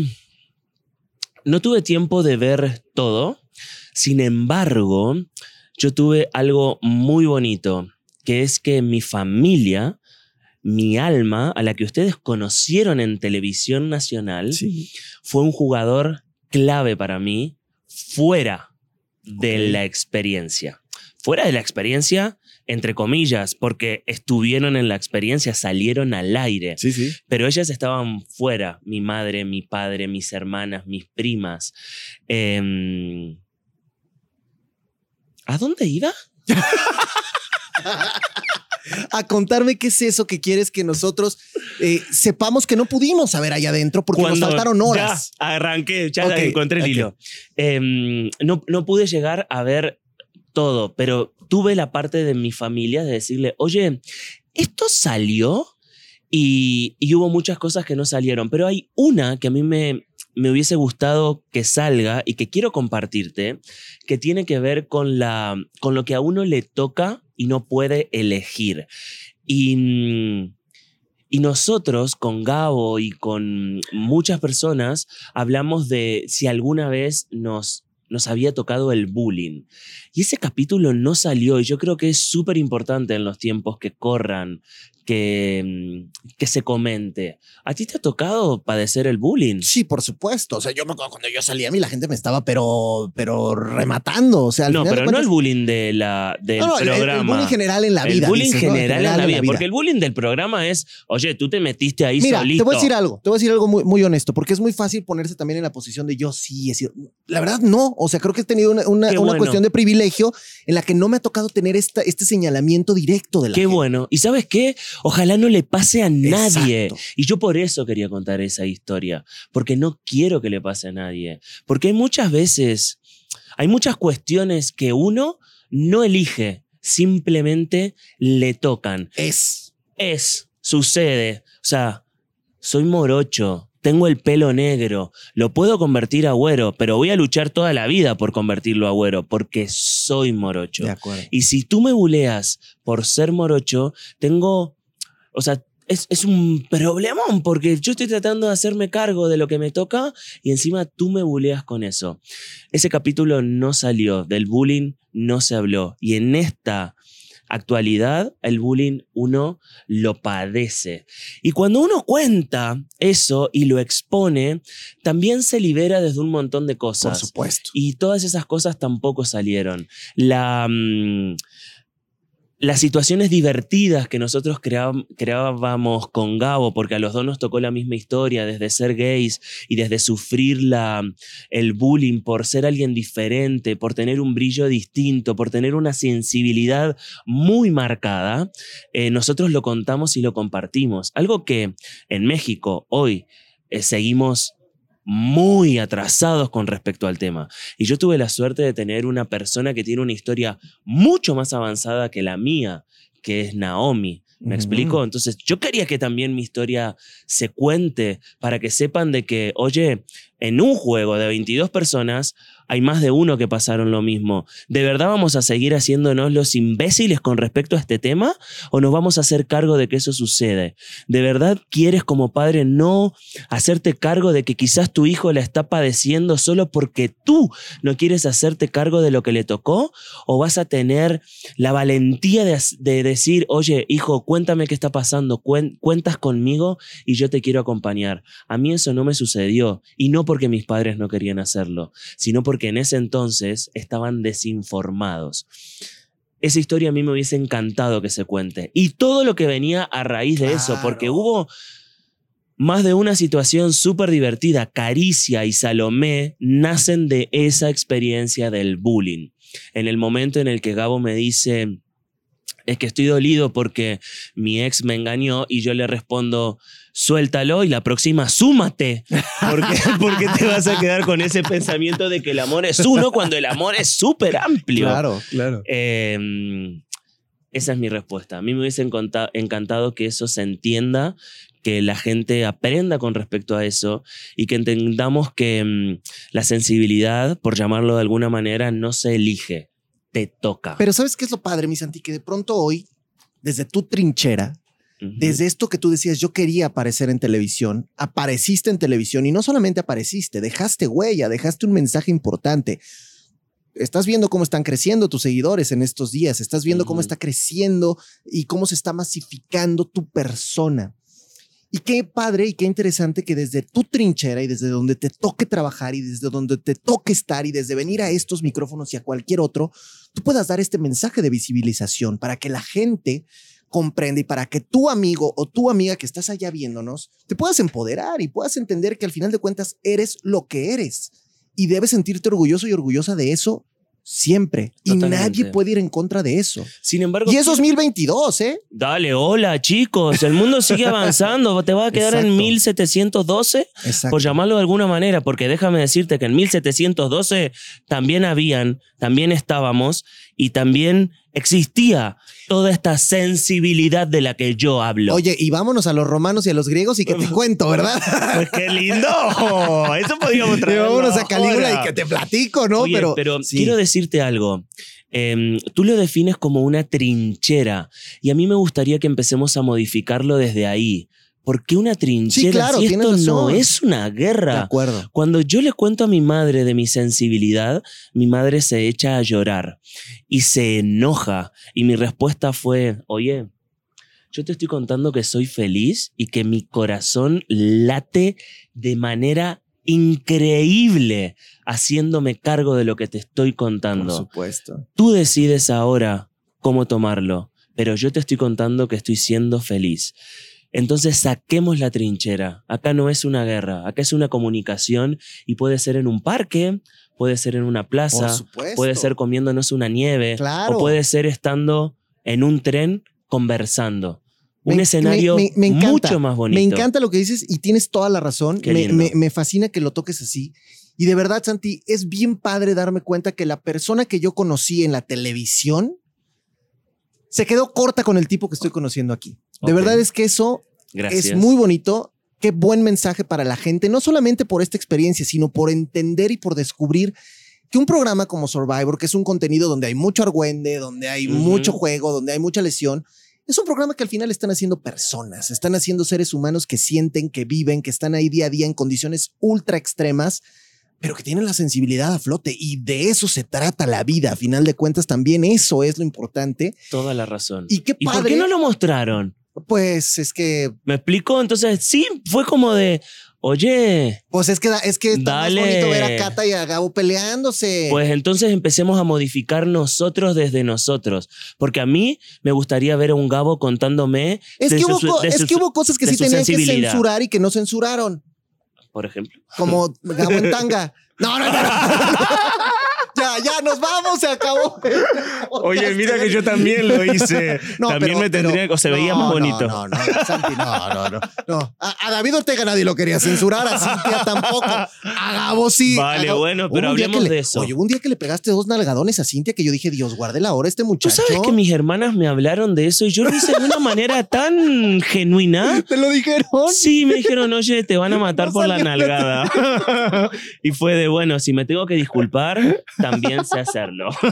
no tuve tiempo de ver todo. Sin embargo, yo tuve algo muy bonito, que es que mi familia, mi alma, a la que ustedes conocieron en televisión nacional, Sí. fue un jugador clave para mí fuera de la experiencia. Fuera de la experiencia, entre comillas, porque estuvieron en la experiencia, salieron al aire. Sí, sí. Pero ellas estaban fuera. Mi madre, mi padre, mis hermanas, mis primas. ¿A dónde iba? A contarme qué es eso que quieres que nosotros sepamos que no pudimos saber allá adentro porque nos faltaron horas. Ya arranqué, ya encontré el hilo. No pude llegar a ver todo, pero tuve la parte de mi familia de decirle, oye, ¿esto salió? Y hubo muchas cosas que no salieron, pero hay una que a mí me hubiese gustado que salga y que quiero compartirte, que tiene que ver con lo que a uno le toca y no puede elegir. Y nosotros con Gabo y con muchas personas hablamos de si alguna vez nos había tocado el bullying. Y ese capítulo no salió y yo creo que es súper importante en los tiempos que corran que se comente. ¿A ti te ha tocado padecer el bullying? Sí, por supuesto. O sea, yo me acuerdo cuando yo salía a mí, la gente me estaba pero rematando. O sea, al No, final pero de no cuentas, el bullying del programa. el bullying general en la vida. El bullying dices, ¿no? general en la vida. vida. Porque el bullying del programa es, oye, tú te metiste ahí Mira, solito. te voy a decir algo muy, muy honesto, porque es muy fácil ponerse también en la posición de yo sí he sido. La verdad, no. O sea, creo que he tenido una bueno. cuestión de privilegio en la que no me ha tocado tener este señalamiento directo de la Qué gente. bueno. ¿Y sabes qué? Ojalá no le pase a nadie. Exacto. Y yo por eso quería contar esa historia. Porque no quiero que le pase a nadie. Porque hay muchas veces, hay muchas cuestiones que uno no elige. Simplemente le tocan. Sucede. O sea, soy morocho. Tengo el pelo negro, lo puedo convertir a güero, pero voy a luchar toda la vida por convertirlo a güero, porque soy morocho. De acuerdo. Y si tú me buleas por ser morocho, o sea, es un problemón, porque yo estoy tratando de hacerme cargo de lo que me toca y encima tú me buleas con eso. Ese capítulo no salió, del bullying no se habló. Y en esta actualidad, el bullying uno lo padece. Y cuando uno cuenta eso y lo expone, también se libera desde un montón de cosas. Por supuesto. Y todas esas cosas tampoco salieron. Las situaciones divertidas que nosotros creábamos con Gabo, porque a los dos nos tocó la misma historia, desde ser gays y desde sufrir el bullying por ser alguien diferente, por tener un brillo distinto, por tener una sensibilidad muy marcada, nosotros lo contamos y lo compartimos. Algo que en México hoy seguimos muy atrasados con respecto al tema. Y yo tuve la suerte de tener una persona que tiene una historia mucho más avanzada que la mía, que es Naomi. ¿Me explico? Entonces, yo quería que también mi historia se cuente para que sepan de que, oye, en un juego de 22 personas hay más de uno que pasaron lo mismo. ¿De verdad vamos a seguir haciéndonos los imbéciles con respecto a este tema? ¿O nos vamos a hacer cargo de que eso sucede? ¿De verdad quieres como padre no hacerte cargo de que quizás tu hijo la está padeciendo solo porque tú no quieres hacerte cargo de lo que le tocó? ¿O vas a tener la valentía de decir, oye, hijo, cuéntame qué está pasando, cuentas conmigo y yo te quiero acompañar? A mí eso no me sucedió, y no porque mis padres no querían hacerlo, sino porque en ese entonces estaban desinformados. Esa historia a mí me hubiese encantado que se cuente. Y todo lo que venía a raíz de eso, porque hubo más de una situación súper divertida. Caricia y Salomé nacen de esa experiencia del bullying. En el momento en el que Gabo me dice, es que estoy dolido porque mi ex me engañó, y yo le respondo, suéltalo y la próxima súmate. Porque te vas a quedar con ese pensamiento de que el amor es uno cuando el amor es súper amplio. Claro, claro. Esa es mi respuesta. A mí me hubiese encantado que eso se entienda, que la gente aprenda con respecto a eso y que entendamos que la sensibilidad, por llamarlo de alguna manera, no se elige, te toca. Pero ¿sabes qué es lo padre, mi Santi? Que de pronto hoy, desde tu trinchera, desde esto que tú decías, yo quería aparecer en televisión, apareciste en televisión, y no solamente apareciste, dejaste huella, dejaste un mensaje importante. Estás viendo cómo están creciendo tus seguidores en estos días, estás viendo cómo está creciendo y cómo se está masificando tu persona. Y qué padre y qué interesante que desde tu trinchera y desde donde te toque trabajar y desde donde te toque estar y desde venir a estos micrófonos y a cualquier otro, tú puedas dar este mensaje de visibilización para que la gente comprenda y para que tu amigo o tu amiga que estás allá viéndonos te puedas empoderar y puedas entender que al final de cuentas eres lo que eres y debes sentirte orgulloso y orgullosa de eso siempre. Totalmente. Y nadie puede ir en contra de eso. Sin embargo, Y es 2022, ¿eh? Dale, hola chicos, el mundo sigue avanzando, te vas a quedar en 1712, Exacto. por llamarlo de alguna manera, porque déjame decirte que en 1712 también estábamos y también existía toda esta sensibilidad de la que yo hablo. Oye, y vámonos a los romanos y a los griegos y que te cuento, ¿verdad? Pues qué lindo, eso podríamos Y traerlo vámonos a Calígula ahora. y que te platico, ¿no? Oye, pero sí. quiero decirte algo. Tú lo defines como una trinchera y a mí me gustaría que empecemos a modificarlo desde ahí. ¿Por qué una trinchera? Sí, claro, si tienes esto no razón. es una De guerra. acuerdo. Cuando yo le cuento a mi madre de mi sensibilidad, mi madre se echa a llorar y se enoja. Y mi respuesta fue, oye, Yo te estoy contando que soy feliz y que mi corazón late de manera increíble haciéndome cargo de lo que te estoy contando. Por supuesto. Tú decides ahora cómo tomarlo, pero yo te estoy contando que estoy siendo feliz. Entonces saquemos la trinchera. Acá no es una guerra, acá es una comunicación y puede ser en un parque, puede ser en una plaza, Por supuesto. puede ser comiéndonos una nieve, Claro. o puede ser estando en un tren conversando. Un escenario me encanta, mucho más bonito. Me encanta lo que dices y tienes toda la razón. Qué lindo. Me fascina que lo toques así. Y de verdad, Santi, es bien padre darme cuenta que la persona que yo conocí en la televisión se quedó corta con el tipo que estoy conociendo aquí. De Ok. verdad es que eso Gracias. es muy bonito. Qué buen mensaje para la gente, no solamente por esta experiencia, sino por entender y por descubrir que un programa como Survivor, que es un contenido donde hay mucho argüende, donde hay mucho juego, donde hay mucha lesión, es un programa que al final están haciendo personas, están haciendo seres humanos que sienten, que viven, que están ahí día a día en condiciones ultra extremas, pero que tienen la sensibilidad a flote. Y de eso se trata la vida. A final de cuentas, también eso es lo importante. Toda la razón. Y qué ¿Y por padre. qué no lo mostraron? Pues es que, ¿Me explico? Entonces, sí, fue como de, oye, pues es que está más Dale. bonito ver a Cata y a Gabo peleándose. pues entonces empecemos a modificar nosotros desde nosotros. Porque a mí me gustaría ver a un Gabo contándome es de que, su- hubo, de es su- que hubo cosas que de sí su tenían que sensibilidad. censurar y que no censuraron. Por ejemplo. Como Gabo en tanga. No. Ya, nos vamos, se acabó. Oye, mira que yo también lo hice. No, también me tendría o se veía más bonito. No, Santi, no. A David Ortega nadie lo quería censurar, a Cintia tampoco. A Gabo sí. Vale, A Gabo- bueno, pero Hubo un día hablemos que le- de eso. Oye, hubo un día que le pegaste 2 nalgadones a Cintia que yo dije, Dios guarde la hora este Tú muchacho. sabes que mis hermanas me hablaron de eso y yo lo hice de una manera tan genuina. ¿Te lo dijeron? Sí, me dijeron, oye, te van a matar No por la salió. nalgada. Y fue de, bueno, si me tengo que disculpar, también sé hacerlo.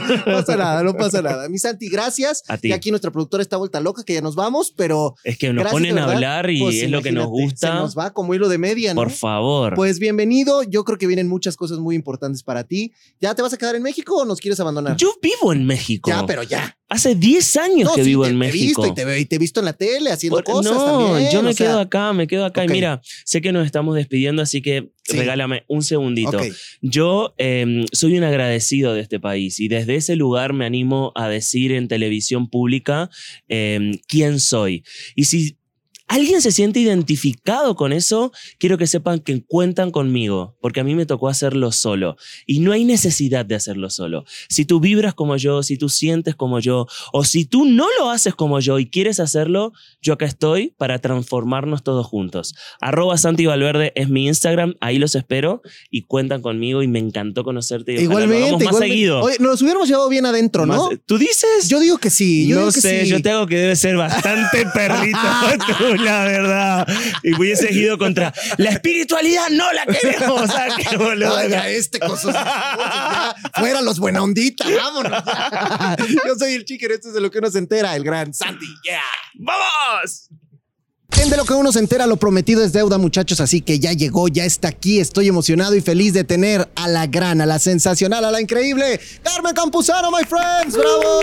No pasa nada. Mi Santi, gracias. A ti. Y aquí nuestra productora está vuelta loca, que ya nos vamos, pero Es que nos gracias, ponen de a verdad. hablar y Pues es lo que nos imagínate, gusta. Se nos va como hilo de media, ¿no? Por favor. Pues bienvenido. Yo creo que vienen muchas cosas muy importantes para ti. ¿Ya te vas a quedar en México o nos quieres abandonar? Yo vivo en México. Ya, pero ya. Hace 10 años No, que sí, vivo te en he México. visto y te he visto en la tele haciendo Por- cosas no, también. yo me o sea, quedo acá, me quedo acá. Ok. Y mira, sé que nos estamos despidiendo, así que Sí. regálame un segundito. Ok. Yo soy un agradecido de este país y desde ese lugar me animo a decir en televisión pública quién soy. Y si alguien se siente identificado con eso, quiero que sepan que cuentan conmigo, porque a mí me tocó hacerlo solo y no hay necesidad de hacerlo solo. Si tú vibras como yo, si tú sientes como yo, o si tú no lo haces como yo y quieres hacerlo, yo acá estoy para transformarnos todos juntos. @SantiValverde es mi Instagram, ahí los espero y cuentan conmigo y me encantó conocerte y ojalá lo Igualmente, hagamos más igualmente. seguido. Oye, nos hubiéramos llevado bien adentro, ¿no? Más- ¿Tú dices? Yo digo que sí. Yo no digo que sé, sí. yo te hago que debe ser bastante perrito tú, la verdad. Y hubiese ido contra la espiritualidad, no la queremos. Saquémoslo. Ay, ya con sus ya, fuera los buena ondita, vámonos. ya. Yo soy el chicken, esto es de lo que uno se entera, el gran Santi. Yeah. ¡Vamos! En De lo que uno se entera, lo prometido es deuda, muchachos, así que ya llegó, ya está aquí. Estoy emocionado y feliz de tener a la gran, a la sensacional, a la increíble Carmen Campuzano, my friends.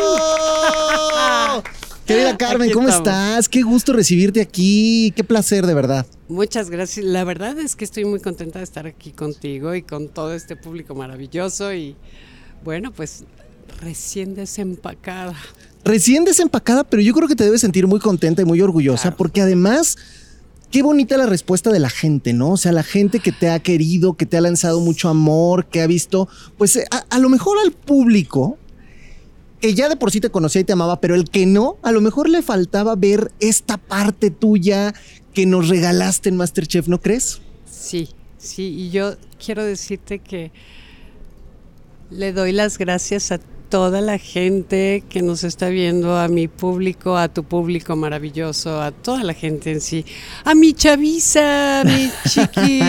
¡Bravo! Querida Carmen, Aquí ¿cómo estamos. estás? Qué gusto recibirte aquí. Qué placer, de verdad. Muchas gracias. La verdad es que estoy muy contenta de estar aquí contigo y con todo este público maravilloso y bueno, pues recién desempacada. Recién desempacada, pero yo creo que te debes sentir muy contenta y muy orgullosa, Claro. porque además, qué bonita la respuesta de la gente, ¿no? O sea, la gente que te ha querido, que te ha lanzado mucho amor, que ha visto, pues a lo mejor al público, que ya de por sí te conocía y te amaba, pero el que no, a lo mejor le faltaba ver esta parte tuya que nos regalaste en MasterChef, ¿no crees? Sí, y yo quiero decirte que le doy las gracias a toda la gente que nos está viendo, a mi público, a tu público maravilloso, a toda la gente en sí, a mi chaviza, a mi chiqui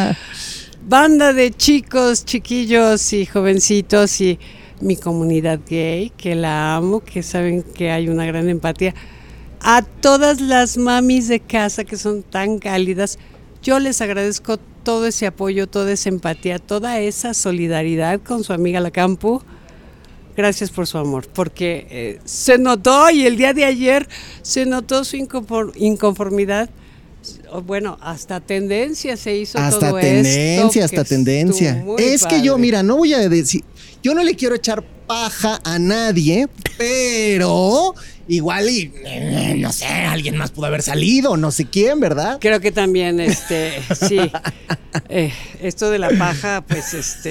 banda de chicos, chiquillos y jovencitos y mi comunidad gay, que la amo, que saben que hay una gran empatía. A todas las mamis de casa que son tan cálidas, yo les agradezco todo ese apoyo, toda esa empatía, toda esa solidaridad con su amiga La Campu. Gracias por su amor, porque se notó y el día de ayer se notó su inconformidad. Bueno, hasta tendencia se hizo hasta todo tendencia, esto. hasta tendencia. Es que yo, mira, no voy a decir, yo no le quiero echar paja a nadie, pero igual y no sé, alguien más pudo haber salido, no sé quién, ¿verdad? Creo que también, sí, esto de la paja, pues,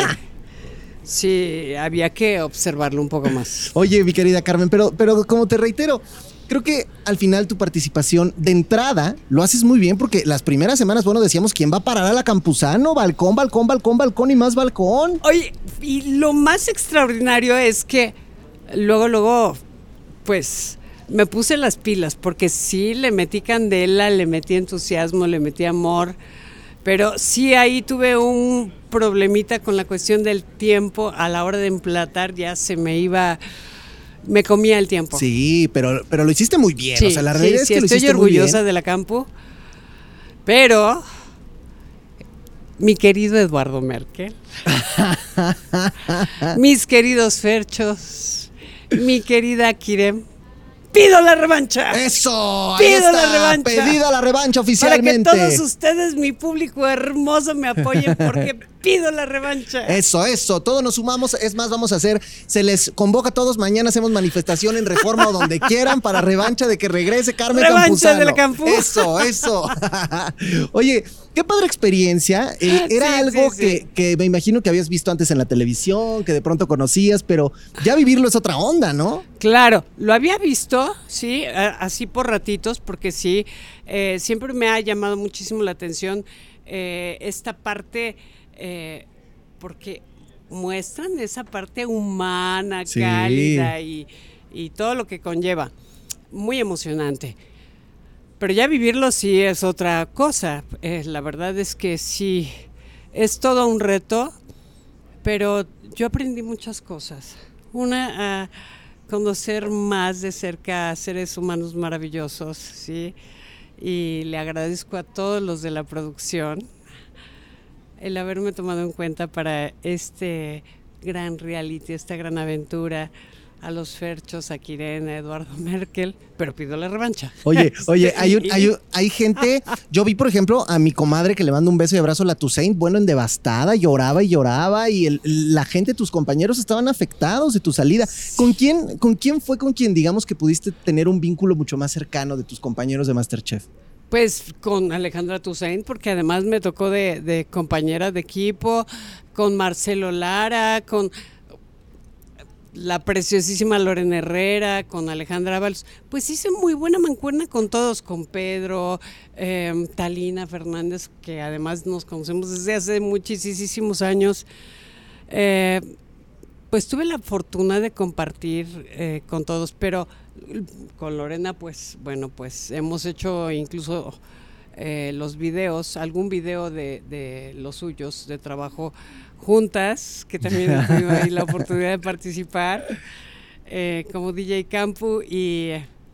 sí, había que observarlo un poco más. Oye, mi querida Carmen, pero como te reitero, creo que al final tu participación de entrada lo haces muy bien porque las primeras semanas, bueno, decíamos, ¿quién va a parar a la Campuzano? Balcón, balcón, balcón, balcón y más balcón. Oye, y lo más extraordinario es que luego, pues, me puse las pilas porque sí le metí candela, le metí entusiasmo, le metí amor, pero sí ahí tuve un problemita con la cuestión del tiempo. A la hora de emplatar ya se me comía el tiempo. Sí, pero lo hiciste muy bien. Sí, o sea, la realidad es que lo estoy hiciste muy bien. orgullosa de la Campu, pero mi querido Eduardo Merkel, mis queridos Ferchos, mi querida Kirem, pido la revancha. ¡Eso! Ahí Pido está, la revancha. pedida la revancha Para que oficialmente. todos ustedes, mi público hermoso, me apoyen porque pido la revancha. Eso, todos nos sumamos, es más, vamos a hacer, se les convoca a todos, mañana hacemos manifestación en Reforma o donde quieran para revancha de que regrese Carmen Revancha Campuzano. de la Campú. Eso. Oye, qué padre experiencia, era Sí, algo sí. que me imagino que habías visto antes en la televisión, que de pronto conocías, pero ya vivirlo es otra onda, ¿no? Claro, lo había visto, sí, así por ratitos, porque sí, siempre me ha llamado muchísimo la atención esta parte, porque muestran esa parte humana, Sí. cálida y todo lo que conlleva. Muy emocionante. Pero ya vivirlo sí es otra cosa. La verdad es que sí, es todo un reto, pero yo aprendí muchas cosas. Una, a conocer más de cerca a seres humanos maravillosos, ¿sí? Y le agradezco a todos los de la producción el haberme tomado en cuenta para este gran reality, esta gran aventura. A los Ferchos, a Kirena, a Eduardo Merkel, pero pido la revancha. Oye, hay gente, yo vi por ejemplo a mi comadre que le mando un beso y abrazo, la Toussaint, bueno, en devastada, lloraba y la gente, tus compañeros estaban afectados de tu salida. ¿Con quién fue con quien digamos que pudiste tener un vínculo mucho más cercano de tus compañeros de MasterChef? Pues con Alejandra Toussaint, porque además me tocó de compañera de equipo, con Marcelo Lara, con la preciosísima Lorena Herrera, con Alejandra Ábalos. Pues hice muy buena mancuerna con todos, con Pedro, Talina Fernández, que además nos conocemos desde hace muchísimos años. Pues tuve la fortuna de compartir con todos, pero con Lorena, pues bueno, pues hemos hecho incluso los videos, algún video de los suyos de trabajo juntas, que también he tenido ahí la oportunidad de participar como DJ Campu y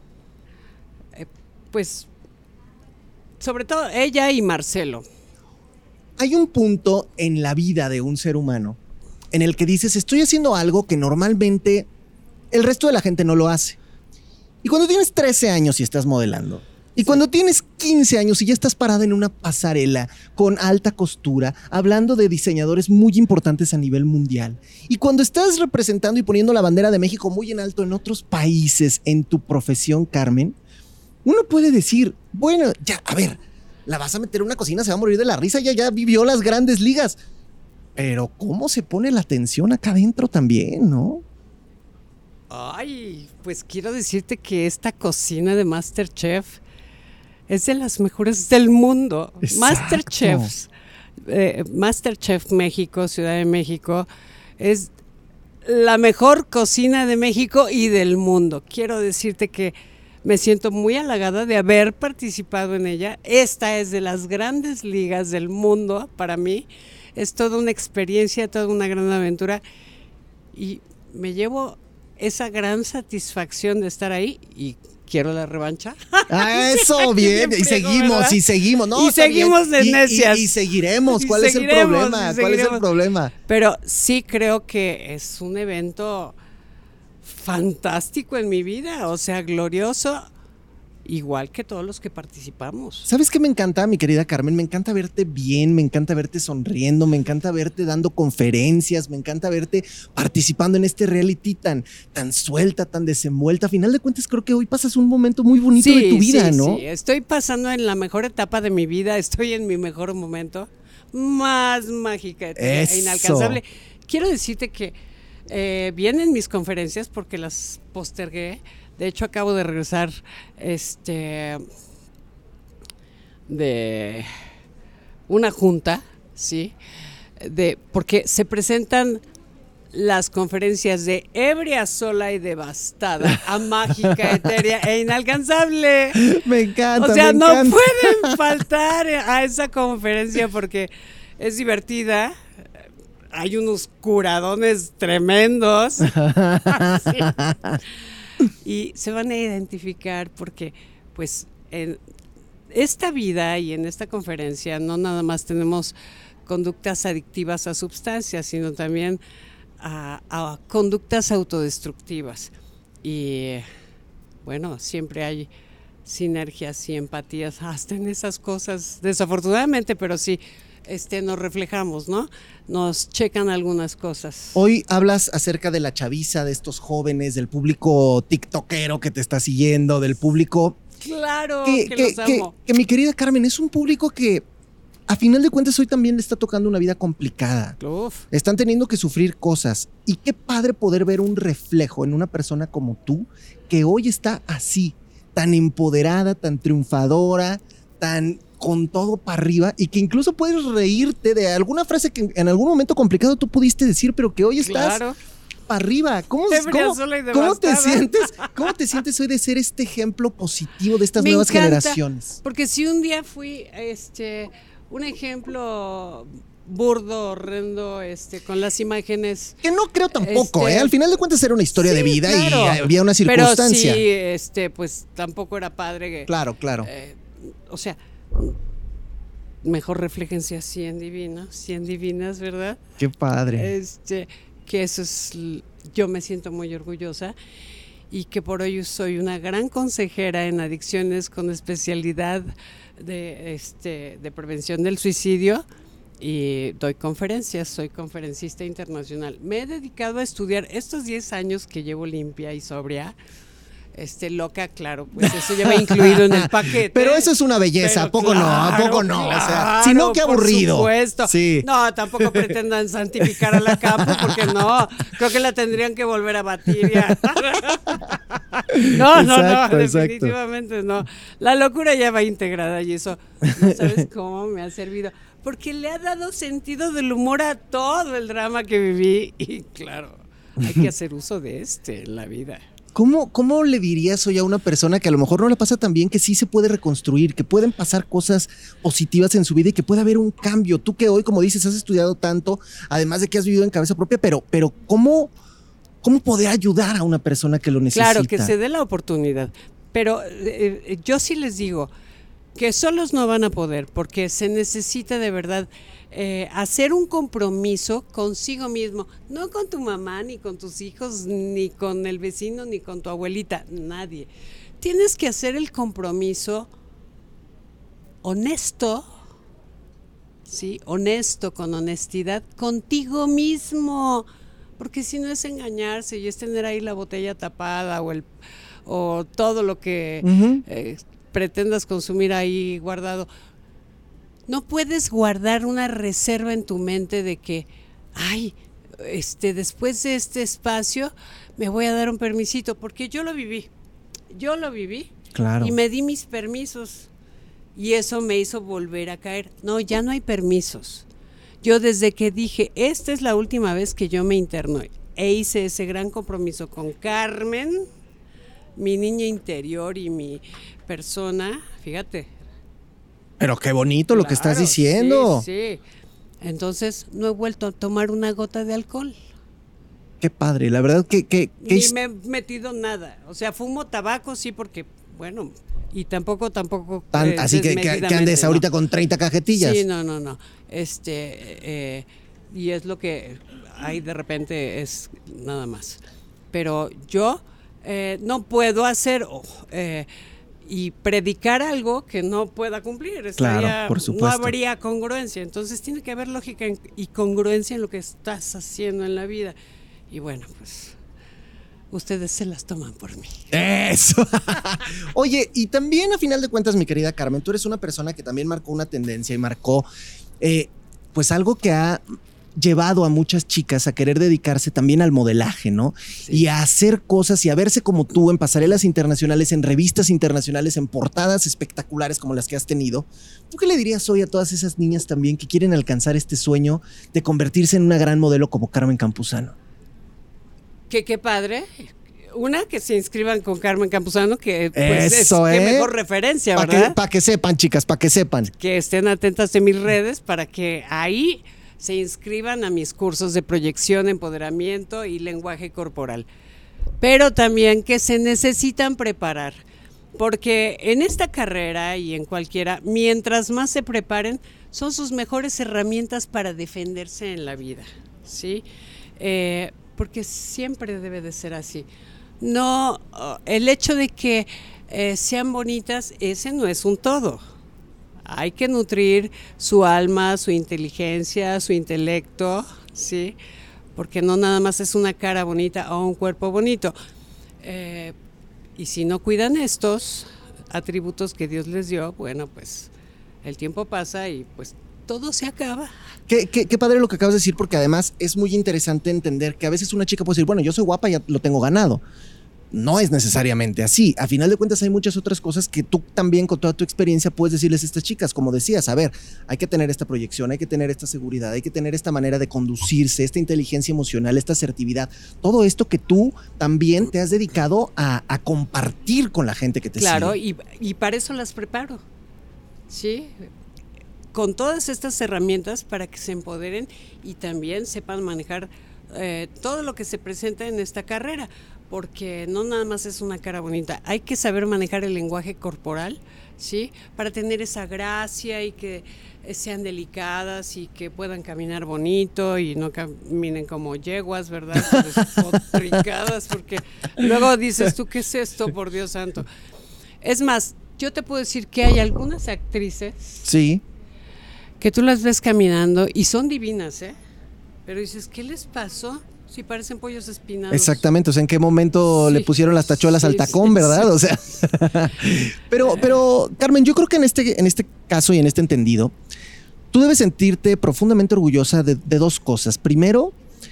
pues sobre todo ella y Marcelo. Hay un punto en la vida de un ser humano en el que dices, estoy haciendo algo que normalmente el resto de la gente no lo hace. Y cuando tienes 13 años y estás modelando, y cuando tienes 15 años y ya estás parada en una pasarela con alta costura, hablando de diseñadores muy importantes a nivel mundial, y cuando estás representando y poniendo la bandera de México muy en alto en otros países en tu profesión, Carmen, uno puede decir, bueno, ya, a ver, la vas a meter en una cocina, se va a morir de la risa, ya vivió las grandes ligas. Pero cómo se pone la tensión acá adentro también, ¿no? Ay, pues quiero decirte que esta cocina de MasterChef es de las mejores del mundo. Exacto. MasterChef México, Ciudad de México, es la mejor cocina de México y del mundo. Quiero decirte que me siento muy halagada de haber participado en ella. Esta es de las grandes ligas del mundo para mí. Es toda una experiencia, toda una gran aventura. Y me llevo esa gran satisfacción de estar ahí y quiero la revancha. Ah, eso, bien. Y seguimos. No, y seguimos de necias. Y seguiremos. Y ¿Cuál es el problema? Pero sí creo que es un evento fantástico en mi vida, o sea, glorioso, igual que todos los que participamos. ¿Sabes qué me encanta, mi querida Carmen? Me encanta verte bien, me encanta verte sonriendo, me encanta verte dando conferencias, me encanta verte participando en este reality tan suelta, tan desenvuelta. A final de cuentas, creo que hoy pasas un momento muy bonito de tu vida, ¿no? Sí, estoy pasando en la mejor etapa de mi vida, estoy en mi mejor momento, más mágica e inalcanzable. Quiero decirte que vienen mis conferencias porque las postergué. De hecho, acabo de regresar de una junta, ¿sí? Porque se presentan las conferencias de ebria, sola y devastada a mágica, etérea e inalcanzable. Me encanta. O sea, me no encanta. pueden faltar a esa conferencia porque es divertida. Hay unos curadones tremendos. Sí. Y se van a identificar porque, pues, en esta vida y en esta conferencia no nada más tenemos conductas adictivas a sustancias, sino también a conductas autodestructivas. Y, bueno, siempre hay sinergias y empatías hasta en esas cosas, desafortunadamente, pero sí. Nos reflejamos, ¿no? Nos checan algunas cosas. Hoy hablas acerca de la chaviza, de estos jóvenes, del público tiktokero que te está siguiendo, del público... Claro, que los amo. Que mi querida Carmen, es un público que a final de cuentas hoy también le está tocando una vida complicada. Uf. Están teniendo que sufrir cosas. Y qué padre poder ver un reflejo en una persona como tú, que hoy está así, tan empoderada, tan triunfadora, tan... con todo para arriba y que incluso puedes reírte de alguna frase que en algún momento complicado tú pudiste decir, pero que hoy estás para arriba. ¿Cómo te sientes? ¿Cómo te sientes hoy de ser este ejemplo positivo de estas nuevas generaciones? Porque si un día fui un ejemplo burdo, horrendo, con las imágenes. Que no creo tampoco, Al final de cuentas era una historia de vida, claro, y había una circunstancia. Pero sí, pues tampoco era padre. Claro. O sea, mejor refléjense a 100 divinas, ¿verdad? Qué padre. Que eso es, yo me siento muy orgullosa y que por hoy soy una gran consejera en adicciones con especialidad de prevención del suicidio y doy conferencias, soy conferencista internacional. Me he dedicado a estudiar estos 10 años que llevo limpia y sobria. Loca, claro, pues eso ya va incluido en el paquete. Pero eso es una belleza, ¿a poco no? ¿A poco no? Claro, o sea, si no, qué aburrido. Por supuesto. Sí. No, tampoco pretendan santificar a la Capu, porque no, creo que la tendrían que volver a batir ya. No, Exacto. definitivamente no. La locura ya va integrada y eso, no sabes cómo me ha servido. Porque le ha dado sentido del humor a todo el drama que viví y claro, hay que hacer uso de en la vida. ¿Cómo le dirías hoy a una persona que a lo mejor no le pasa tan bien, que sí se puede reconstruir, que pueden pasar cosas positivas en su vida y que puede haber un cambio? Tú que hoy, como dices, has estudiado tanto, además de que has vivido en cabeza propia, pero ¿cómo poder ayudar a una persona que lo necesita? Claro, que se dé la oportunidad. Pero yo sí les digo que solos no van a poder, porque se necesita de verdad hacer un compromiso consigo mismo, no con tu mamá, ni con tus hijos, ni con el vecino, ni con tu abuelita, nadie. Tienes que hacer el compromiso honesto, ¿sí? Honesto, con honestidad, contigo mismo, porque si no es engañarse y es tener ahí la botella tapada o todo lo que pretendas consumir ahí guardado. No puedes guardar una reserva en tu mente de que, después de este espacio me voy a dar un permisito, porque yo lo viví. Claro. Y me di mis permisos y eso me hizo volver a caer. No, ya no hay permisos. Yo desde que dije, esta es la última vez que yo me interno e hice ese gran compromiso con Carmen, mi niña interior y mi persona, fíjate. Pero qué bonito lo que estás diciendo. Sí. Entonces no he vuelto a tomar una gota de alcohol. Qué padre, la verdad que ni me he metido nada. O sea, fumo tabaco, sí, porque, bueno, y tampoco. Así que andes ahorita con 30 cajetillas. Sí, no. Y es lo que hay de repente, es nada más. pero yo no puedo hacer y predicar algo que no pueda cumplir. Claro, por supuesto. No habría congruencia. Entonces tiene que haber lógica y congruencia en lo que estás haciendo en la vida. Y bueno, pues ustedes se las toman por mí. Eso. Oye, y también a final de cuentas, mi querida Carmen, tú eres una persona que también marcó una tendencia y marcó pues algo que ha llevado a muchas chicas a querer dedicarse también al modelaje, ¿no? Sí. Y a hacer cosas y a verse como tú en pasarelas internacionales, en revistas internacionales, en portadas espectaculares como las que has tenido. ¿Tú qué le dirías hoy a todas esas niñas también que quieren alcanzar este sueño de convertirse en una gran modelo como Carmen Campuzano? Qué padre. Una, que se inscriban con Carmen Campuzano, que pues eso, qué mejor referencia, ¿verdad? Para que sepan, chicas, para que sepan. Que estén atentas en mis redes para que ahí se inscriban a mis cursos de proyección, empoderamiento y lenguaje corporal. Pero también que se necesitan preparar, porque en esta carrera y en cualquiera, mientras más se preparen, son sus mejores herramientas para defenderse en la vida, ¿sí? Porque siempre debe de ser así. No, el hecho de que sean bonitas, ese no es un todo. Hay que nutrir su alma, su inteligencia, su intelecto, ¿sí? Porque no nada más es una cara bonita o un cuerpo bonito. Y si no cuidan estos atributos que Dios les dio, bueno, pues el tiempo pasa y pues todo se acaba. Qué padre lo que acabas de decir, porque además es muy interesante entender que a veces una chica puede decir, bueno, yo soy guapa, ya lo tengo ganado. No es necesariamente así. A final de cuentas hay muchas otras cosas que tú también con toda tu experiencia puedes decirles a estas chicas, como decías, a ver, hay que tener esta proyección, hay que tener esta seguridad, hay que tener esta manera de conducirse, esta inteligencia emocional, esta asertividad, todo esto que tú también te has dedicado a compartir con la gente que te sigue. Claro, y para eso las preparo, ¿sí? Con todas estas herramientas para que se empoderen y también sepan manejar todo lo que se presenta en esta carrera, porque no nada más es una cara bonita, hay que saber manejar el lenguaje corporal, ¿sí? Para tener esa gracia y que sean delicadas y que puedan caminar bonito y no caminen como yeguas, ¿verdad? Despotricadas, porque luego dices tú, ¿qué es esto, por Dios santo? Es más, yo te puedo decir que hay algunas actrices, sí, que tú las ves caminando y son divinas, pero dices, ¿qué les pasó? Si parecen pollos espinados. Exactamente, o sea, ¿en qué momento le pusieron las tachuelas al tacón, verdad? Sí. O sea, pero Carmen, yo creo que en este caso y en este entendido, tú debes sentirte profundamente orgullosa de dos cosas. Primero,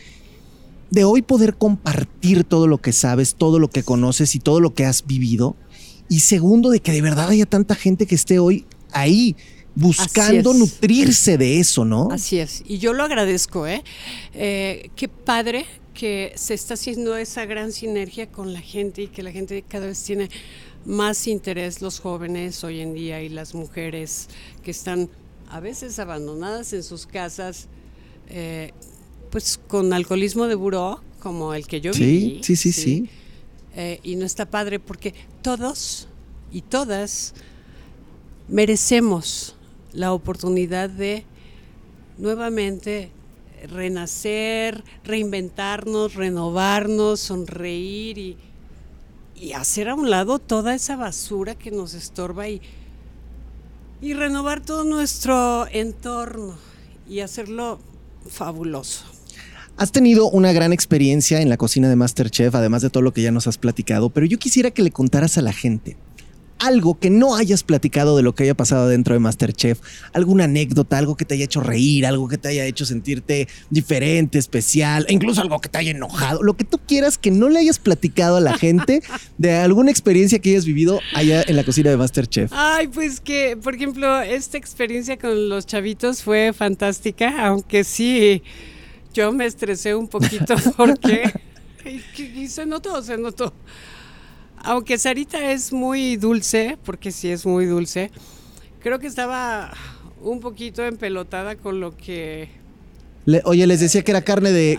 de hoy poder compartir todo lo que sabes, todo lo que conoces y todo lo que has vivido. Y segundo, de que de verdad haya tanta gente que esté hoy ahí buscando nutrirse de eso, ¿no? Así es, y yo lo agradezco, qué padre que se está haciendo esa gran sinergia con la gente y que la gente cada vez tiene más interés, los jóvenes hoy en día y las mujeres que están a veces abandonadas en sus casas, pues con alcoholismo de buró, como el que yo viví. Sí. Y no está padre porque todos y todas merecemos la oportunidad de nuevamente renacer, reinventarnos, renovarnos, sonreír y hacer a un lado toda esa basura que nos estorba y renovar todo nuestro entorno y hacerlo fabuloso. Has tenido una gran experiencia en la cocina de MasterChef, además de todo lo que ya nos has platicado, pero yo quisiera que le contaras a la gente algo que no hayas platicado de lo que haya pasado dentro de MasterChef, alguna anécdota, algo que te haya hecho reír, algo que te haya hecho sentirte diferente, especial, incluso algo que te haya enojado, lo que tú quieras que no le hayas platicado a la gente de alguna experiencia que hayas vivido allá en la cocina de MasterChef. Ay, pues que, por ejemplo, esta experiencia con los chavitos fue fantástica, aunque sí, yo me estresé un poquito porque y se notó. Aunque Sarita es muy dulce, porque sí es muy dulce, creo que estaba un poquito empelotada con lo que... Oye, les decía que era carne de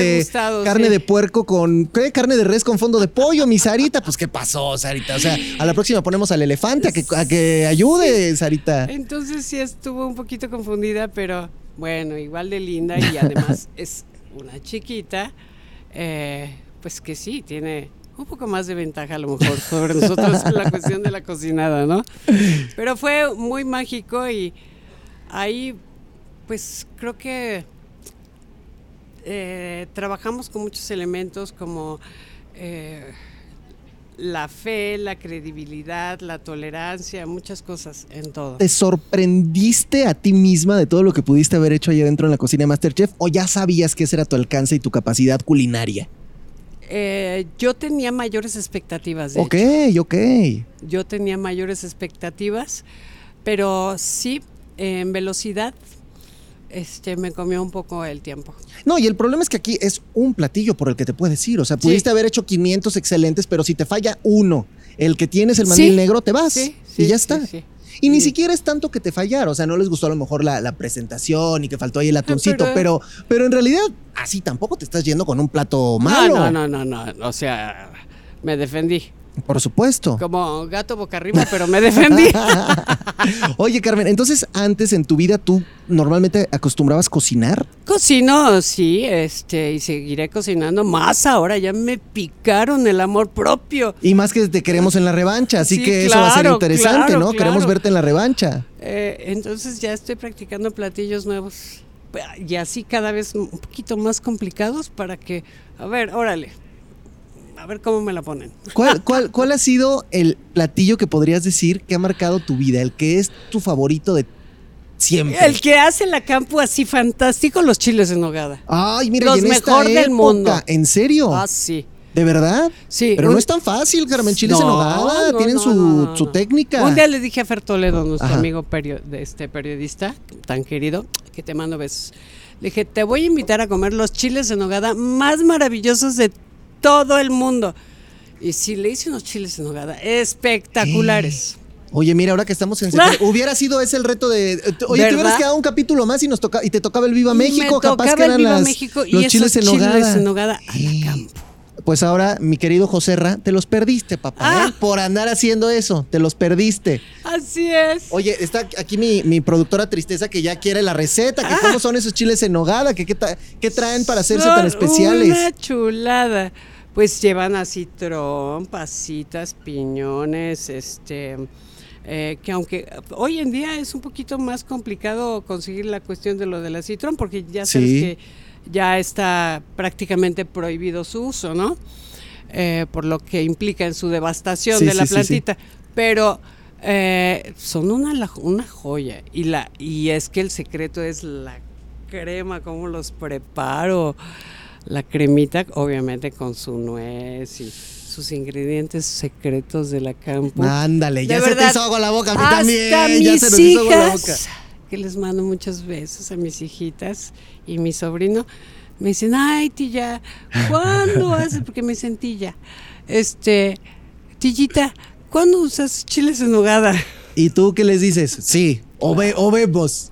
puerco con... ¿qué? Carne de res con fondo de pollo, mi Sarita. Pues, ¿qué pasó, Sarita? O sea, a la próxima ponemos al elefante a que ayude, sí. Sarita. Entonces sí estuvo un poquito confundida, pero bueno, igual de linda y además es una chiquita, pues que sí, tiene un poco más de ventaja a lo mejor sobre nosotros en la cuestión de la cocinada, ¿no? Pero fue muy mágico y ahí pues creo que trabajamos con muchos elementos como la fe, la credibilidad, la tolerancia, muchas cosas en todo. ¿Te sorprendiste a ti misma de todo lo que pudiste haber hecho allá dentro en la cocina de MasterChef o ya sabías que ese era tu alcance y tu capacidad culinaria? Yo tenía mayores expectativas, de Ok, hecho. ok. Yo tenía mayores expectativas, pero sí, en velocidad, me comió un poco el tiempo. No, y el problema es que aquí es un platillo por el que te puedes ir. O sea, pudiste haber hecho 500 excelentes, pero si te falla uno, el que tienes el mandil negro, te vas. Sí, y ya está. sí. Y ni siquiera es tanto que te fallara. O sea, no les gustó a lo mejor la presentación y que faltó ahí el atuncito, pero en realidad así tampoco te estás yendo con un plato malo. No. O sea, me defendí. Por supuesto. Como gato boca arriba, pero me defendí. Oye, Carmen, entonces antes en tu vida tú normalmente acostumbrabas cocinar. Cocino, sí, y seguiré cocinando más ahora. Ya me picaron el amor propio. Y más que te queremos en la revancha, así Sí, que eso va a ser claro, interesante, claro, ¿no? claro. Queremos verte en la revancha. Entonces ya estoy practicando platillos nuevos. Y así cada vez un poquito más complicados para que, a ver, órale. A ver cómo me la ponen. ¿Cuál ha sido el platillo que podrías decir que ha marcado tu vida? El que es tu favorito de siempre. El que hace la campo así fantástico, los chiles en nogada. Ay, mira, Los y en esta mejor del época, mundo. ¿En serio? Ah, sí. ¿De verdad? Sí. Pero no es tan fácil, Carmen. Chiles en nogada tienen su técnica. Un día le dije a Fer Toledo, nuestro Ajá. amigo periodista tan querido, que te mando besos. Le dije, te voy a invitar a comer los chiles en nogada más maravillosos de todo el mundo. Y sí, le hice unos chiles en nogada espectaculares. Oye, mira, ahora que estamos en septiembre, hubiera sido ese el reto de... Oye, te ¿verdad? hubieras quedado un capítulo más y te tocaba el Viva México, Me capaz tocaba que eran el Viva los México y chiles esos en nogada. chiles en nogada a la campo. Pues ahora, mi querido Joserra, te los perdiste, papá, ¿eh? Por andar haciendo eso, te los perdiste. Así es. Oye, está aquí mi productora Tristeza que ya quiere la receta, que cómo son esos chiles en nogada, que qué traen para hacerse tan especiales. Una chulada. Pues llevan acitrón, pasitas, piñones, que aunque hoy en día es un poquito más complicado conseguir la cuestión de lo del acitrón, porque ya sabes que ya está prácticamente prohibido su uso, ¿no? Por lo que implica en su devastación de la plantita. Pero son una joya. Y es que el secreto es la crema, cómo los preparo. La cremita, obviamente, con su nuez y sus ingredientes secretos de la campo. Ándale, ya De se verdad, te hizo agua la boca, a mí hasta también. Ya mis se nos hizo agua la boca. hijas, que les mando muchos besos a mis hijitas y mi sobrino, me dicen, ay, tía, ¿cuándo haces? Porque me dicen tilla. Tillita, ¿cuándo usas chiles en nogada? ¿Y tú qué les dices? Sí, o vemos.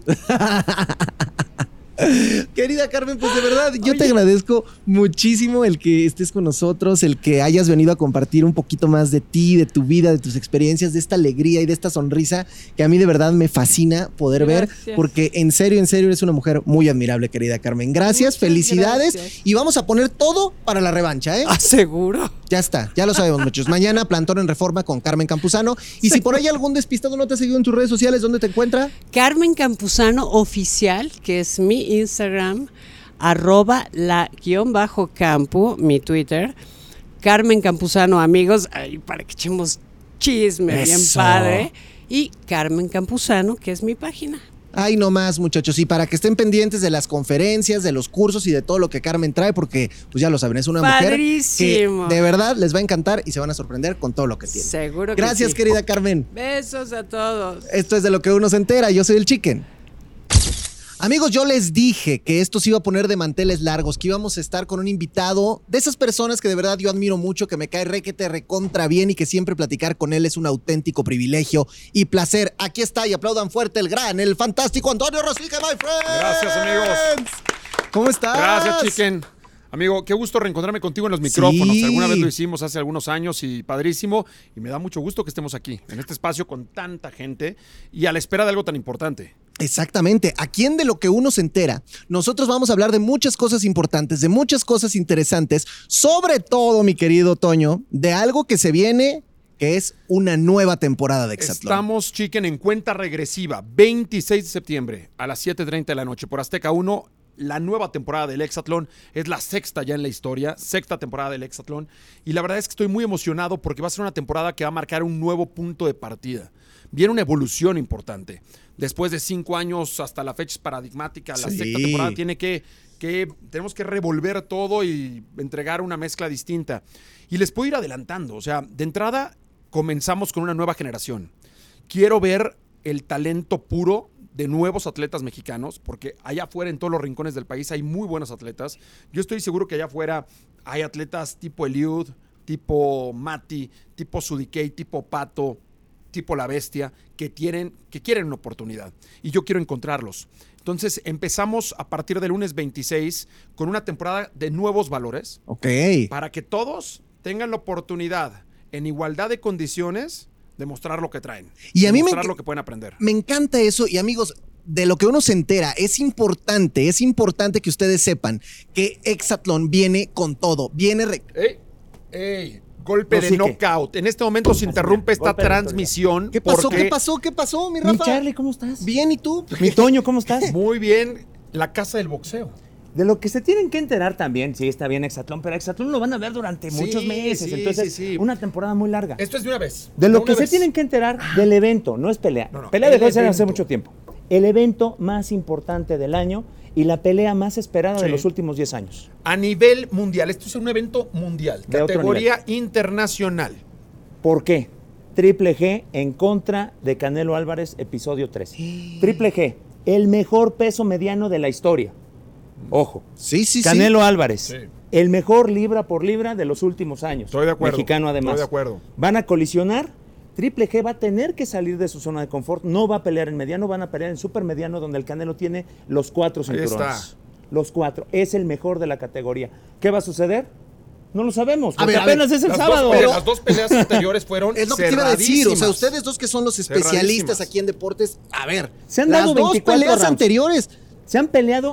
Querida Carmen, pues de verdad, yo te agradezco muchísimo el que estés con nosotros, el que hayas venido a compartir un poquito más de ti, de tu vida, de tus experiencias, de esta alegría y de esta sonrisa que a mí de verdad me fascina poder ver, porque en serio eres una mujer muy admirable, querida Carmen. Gracias, Muchas felicidades gracias. y vamos a poner todo para la revancha, ¿eh? ¿Seguro? Ya está, ya lo sabemos, muchachos. Mañana Plantón en Reforma con Carmen Campuzano. Y si por ahí algún despistado no te ha seguido en tus redes sociales, ¿dónde te encuentra? Carmen Campuzano Oficial, que es mi Instagram, @la_campu, mi Twitter. Carmen Campuzano, amigos, ahí para que echemos chisme bien Eso. padre. Y Carmen Campuzano, que es mi página. Ay, no más, muchachos. Y para que estén pendientes de las conferencias, de los cursos y de todo lo que Carmen trae, porque, pues ya lo saben, es una Padrísimo. mujer que de verdad les va a encantar y se van a sorprender con todo lo que tiene. Seguro que Gracias, sí. querida Carmen. Besos a todos. Esto es de lo que uno se entera. Yo soy el Chicken. Amigos, yo les dije que esto se iba a poner de manteles largos, que íbamos a estar con un invitado de esas personas que de verdad yo admiro mucho, que me cae recontra bien y que siempre platicar con él es un auténtico privilegio y placer. Aquí está y aplaudan fuerte el fantástico Antonio Rosique, my friend. Gracias, amigos. ¿Cómo estás? Gracias, Chicken. Amigo, qué gusto reencontrarme contigo en los micrófonos. Sí. Alguna vez lo hicimos hace algunos años y padrísimo. Y me da mucho gusto que estemos aquí, en este espacio con tanta gente y a la espera de algo tan importante. Exactamente. Aquí en De lo que uno se entera, nosotros vamos a hablar de muchas cosas importantes, de muchas cosas interesantes, sobre todo, mi querido Toño, de algo que se viene, que es una nueva temporada de Exatlón. Estamos, chiquen, en cuenta regresiva. 26 de septiembre a las 7:30 de la noche por Azteca 1. La nueva temporada del Exatlón es la sexta ya en la historia, sexta temporada del Exatlón. Y la verdad es que estoy muy emocionado porque va a ser una temporada que va a marcar un nuevo punto de partida. Viene una evolución importante. Después de 5 años hasta la fecha es paradigmática, la sexta temporada tenemos que revolver todo y entregar una mezcla distinta. Y les puedo ir adelantando. O sea, de entrada comenzamos con una nueva generación. Quiero ver el talento puro de nuevos atletas mexicanos, porque allá afuera en todos los rincones del país hay muy buenos atletas. Yo estoy seguro que allá afuera hay atletas tipo Eliud, tipo Mati, tipo Sudikey, tipo Pato, tipo La Bestia, que quieren una oportunidad. Y yo quiero encontrarlos. Entonces empezamos a partir del lunes 26 con una temporada de nuevos valores. Ok. Para que todos tengan la oportunidad en igualdad de condiciones de mostrar lo que traen. Y a mí mostrar lo que pueden aprender. Me encanta eso. Y amigos, de lo que uno se entera, es importante que ustedes sepan que Exatlón viene con todo. Viene... ¡Ey! Golpe de knockout. En este momento se interrumpe esta transmisión. ¿Qué pasó? Porque... ¿Qué pasó, mi Rafa? Mi Charlie, ¿cómo estás? Bien, ¿y tú? Mi Toño, ¿cómo estás? Muy bien. La casa del boxeo. De lo que se tienen que enterar también, sí, está bien Exatlón, pero Exatlón lo van a ver durante muchos meses, entonces una temporada muy larga. Esto es de una vez. De lo que se tienen que enterar del evento, no es pelea. Pelea dejó de ser hace mucho tiempo. El evento más importante del año y la pelea más esperada de los últimos 10 años. A nivel mundial, esto es un evento mundial, de categoría internacional. ¿Por qué? Triple G en contra de Canelo Álvarez, episodio 3. Triple G, el mejor peso mediano de la historia. Ojo. Canelo Álvarez, el mejor libra por libra de los últimos años. Estoy de acuerdo. Mexicano además. Estoy de acuerdo. Van a colisionar. Triple G va a tener que salir de su zona de confort. No va a pelear en mediano, van a pelear en super mediano, donde el Canelo tiene los 4 cinturones. Ahí está. Los 4. Es el mejor de la categoría. ¿Qué va a suceder? No lo sabemos, porque apenas es el sábado. Las dos peleas anteriores fueron es lo que te iba a decir, o sea, ustedes dos que son los especialistas aquí en deportes, a ver, se han dado 24 peleas rounds anteriores. Se han peleado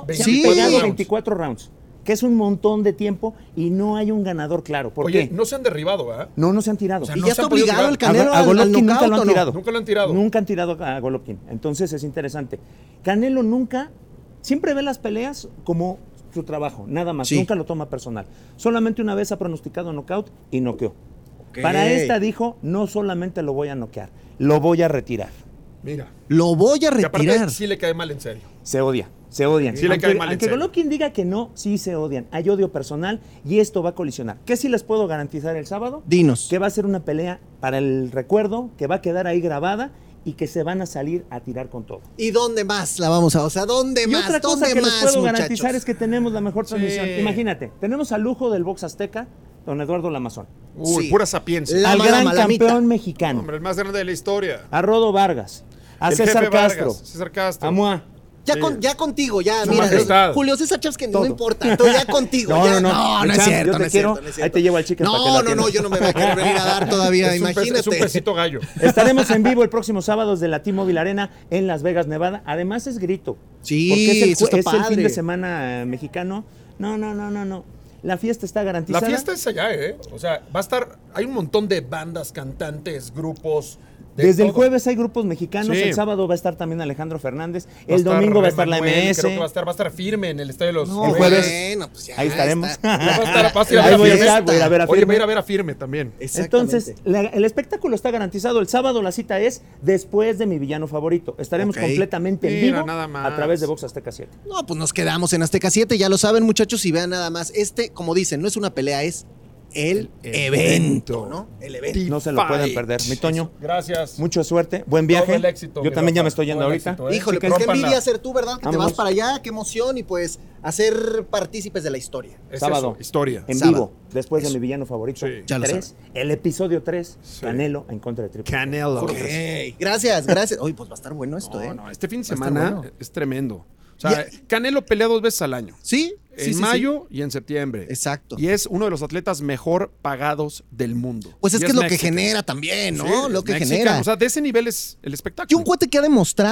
24 rounds, que es un montón de tiempo y no hay un ganador claro. ¿Por qué? No se han derribado, ¿verdad? No se han tirado. O sea, y ya está obligado el Canelo a Golovkin nunca lo han ¿no? tirado. Nunca lo han tirado. Nunca han tirado a Golovkin. Entonces es interesante. Canelo siempre ve las peleas como su trabajo, nada más. Nunca lo toma personal. Solamente una vez ha pronosticado knockout y noqueó. Para esta dijo, no solamente lo voy a noquear, lo voy a retirar. Mira. Lo voy a retirar. Y aparte sí le cae mal en serio. Se odian. Sí le cae mal en aunque serio. Golovkin diga que no, sí se odian. Hay odio personal y esto va a colisionar. ¿Qué sí les puedo garantizar el sábado? Dinos. Que va a ser una pelea para el recuerdo, que va a quedar ahí grabada y que se van a salir a tirar con todo. ¿Y dónde más la vamos a? O sea, ¿dónde y más? Otra cosa que les puedo garantizar es que tenemos la mejor transmisión. Sí. Imagínate, tenemos al lujo del box azteca, don Eduardo Lamazón. Pura sapiencia. Al gran campeón mexicano. Hombre, el más grande de la historia. A Rodo Vargas. A César Castro. César Castro. A Mua. Ya contigo, ya, Su mira. majestad. Julio César Chávez, que no importa. Tú ya contigo. No es cierto. Yo te quiero. Ahí te llevo al chicken. No, yo no me voy a querer venir a dar todavía, imagínate. Es un pesito gallo. Estaremos en vivo el próximo sábado desde la T-Mobile Arena en Las Vegas, Nevada. Además es grito. Sí, porque es el padre. fin de semana mexicano. No. La fiesta está garantizada. La fiesta es allá, O sea, va a estar. Hay un montón de bandas, cantantes, grupos. Desde el jueves hay grupos mexicanos, el sábado va a estar también Alejandro Fernández, el domingo va a estar la MS. Creo que va a estar Firme en el Estadio de los... el jueves, bueno, pues ya ahí estaremos. Ahí voy a ir a ver a Firme. Voy a ir a ver a Firme también. Entonces, el espectáculo está garantizado. El sábado la cita es después de Mi Villano Favorito. Estaremos completamente en vivo a través de Box Azteca 7. No, pues nos quedamos en Azteca 7, ya lo saben muchachos, y vean nada más. Como dicen, no es una pelea, es el evento, ¿no? El evento. No se lo pueden perder. Mi Toño. Gracias. Mucha suerte. Buen viaje. Todo el éxito, yo también ya me estoy yendo ahorita. Híjole, pero qué envidia ser tú, ¿verdad? Que te vas para allá, qué emoción, y pues hacer partícipes de la historia. Sábado. Historia. En vivo, después de Mi Villano Favorito. Sí. Ya lo 3, el episodio 3, Canelo en contra de Triple. Canelo. Okay. Gracias. Oye, pues va a estar bueno esto, No, este fin de semana es tremendo. O sea, Canelo pelea 2 veces al año. Sí. En mayo y en septiembre. Exacto. Y es uno de los atletas mejor pagados del mundo. Pues es y que es lo Mexican. que genera también, ¿no? Sí, lo que Mexican. genera. O sea, de ese nivel es el espectáculo. Y un cuate que ha demostrado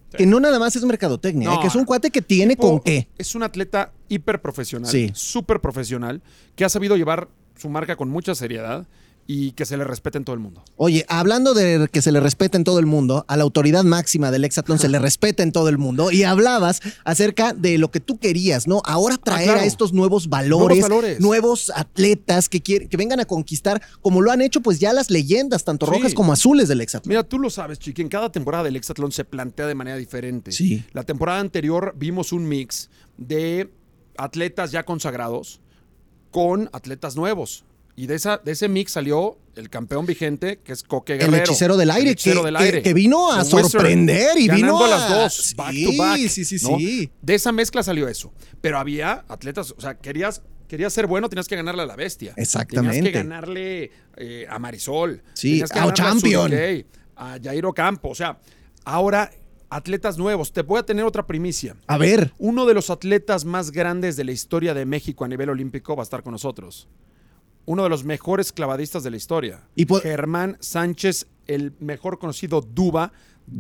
que no nada más es mercadotecnia, No. que es un cuate que tiene Tipo, con qué. Es un atleta hiper profesional, Sí. súper profesional, que ha sabido llevar su marca con mucha seriedad y que se le respeta en todo el mundo. Oye, hablando de que se le respeta en todo el mundo, a la autoridad máxima del hexatlón se le respeta en todo el mundo, y hablabas acerca de lo que tú querías, ¿no? Ahora traer claro. a estos nuevos valores, Nuevos nuevos atletas que vengan a conquistar, como lo han hecho pues ya las leyendas, tanto Sí. rojas como azules del hexatlón. Mira, tú lo sabes, Chiqui, en cada temporada del hexatlón se plantea de manera diferente. Sí. La temporada anterior vimos un mix de atletas ya consagrados con atletas nuevos. Y de ese mix salió el campeón vigente, que es Coque El Guerrero. hechicero del aire, El hechicero del aire. que vino a The Wizard, sorprender y ganando vino a las dos, back to back. Sí. ¿no? De esa mezcla salió eso. Pero había atletas, o sea, querías ser bueno, tenías que ganarle a la bestia. Exactamente. Tenías que ganarle a Marisol. Sí, tenías que a ganarle Champion. Suriquey, a Jairo Campo. O sea, ahora atletas nuevos. Te voy a tener otra primicia. A ver, Uno de los atletas más grandes de la historia de México a nivel olímpico va a estar con nosotros. Uno de los mejores clavadistas de la historia. Y Germán Sánchez, el mejor conocido Duba,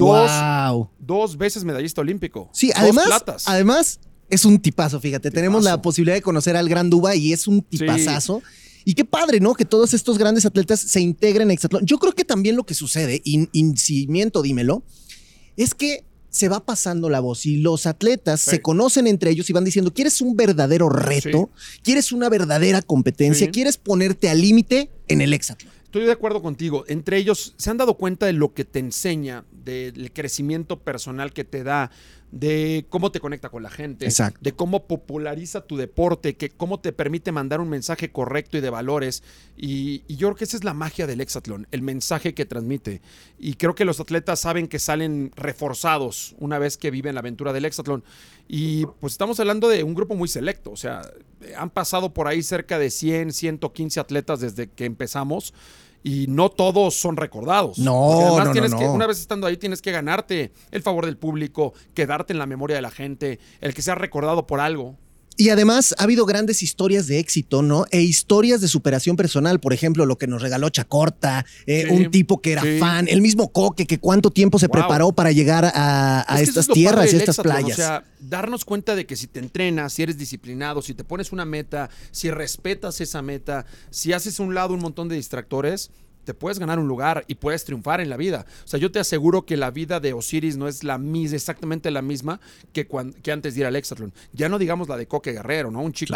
wow. dos veces medallista olímpico. Sí, dos platas. además es un tipazo, fíjate. Tenemos la posibilidad de conocer al gran Duba y es un tipazazo. Y qué padre, ¿no? Que todos estos grandes atletas se integren en hexatlón. Yo creo que también lo que sucede, y si miento, dímelo, es que se va pasando la voz y los atletas se conocen entre ellos y van diciendo, ¿quieres un verdadero reto? ¿Quieres una verdadera competencia? ¿Quieres ponerte al límite en el hexatlón? Estoy de acuerdo contigo. Entre ellos se han dado cuenta de lo que te enseña, del crecimiento personal que te da, de cómo te conecta con la gente, Exacto. de cómo populariza tu deporte, que cómo te permite mandar un mensaje correcto y de valores. Y yo creo que esa es la magia del hexatlón, el mensaje que transmite. Y creo que los atletas saben que salen reforzados una vez que viven la aventura del hexatlón. Y pues estamos hablando de un grupo muy selecto. O sea, han pasado por ahí cerca de 100, 115 atletas desde que empezamos. Y no todos son recordados. No, no. Una vez estando ahí tienes que ganarte el favor del público, quedarte en la memoria de la gente, el que sea recordado por algo. Y además ha habido grandes historias de éxito, ¿no? E historias de superación personal. Por ejemplo, lo que nos regaló Chacorta, un tipo que era fan, el mismo Coque, que cuánto tiempo se preparó para llegar a estas tierras y a estas playas. O sea, darnos cuenta de que si te entrenas, si eres disciplinado, si te pones una meta, si respetas esa meta, si haces a un lado un montón de distractores, te puedes ganar un lugar y puedes triunfar en la vida. O sea, yo te aseguro que la vida de Osiris no es exactamente la misma que antes de ir al hexatlón. Ya no digamos la de Coque Guerrero, ¿no? Un chico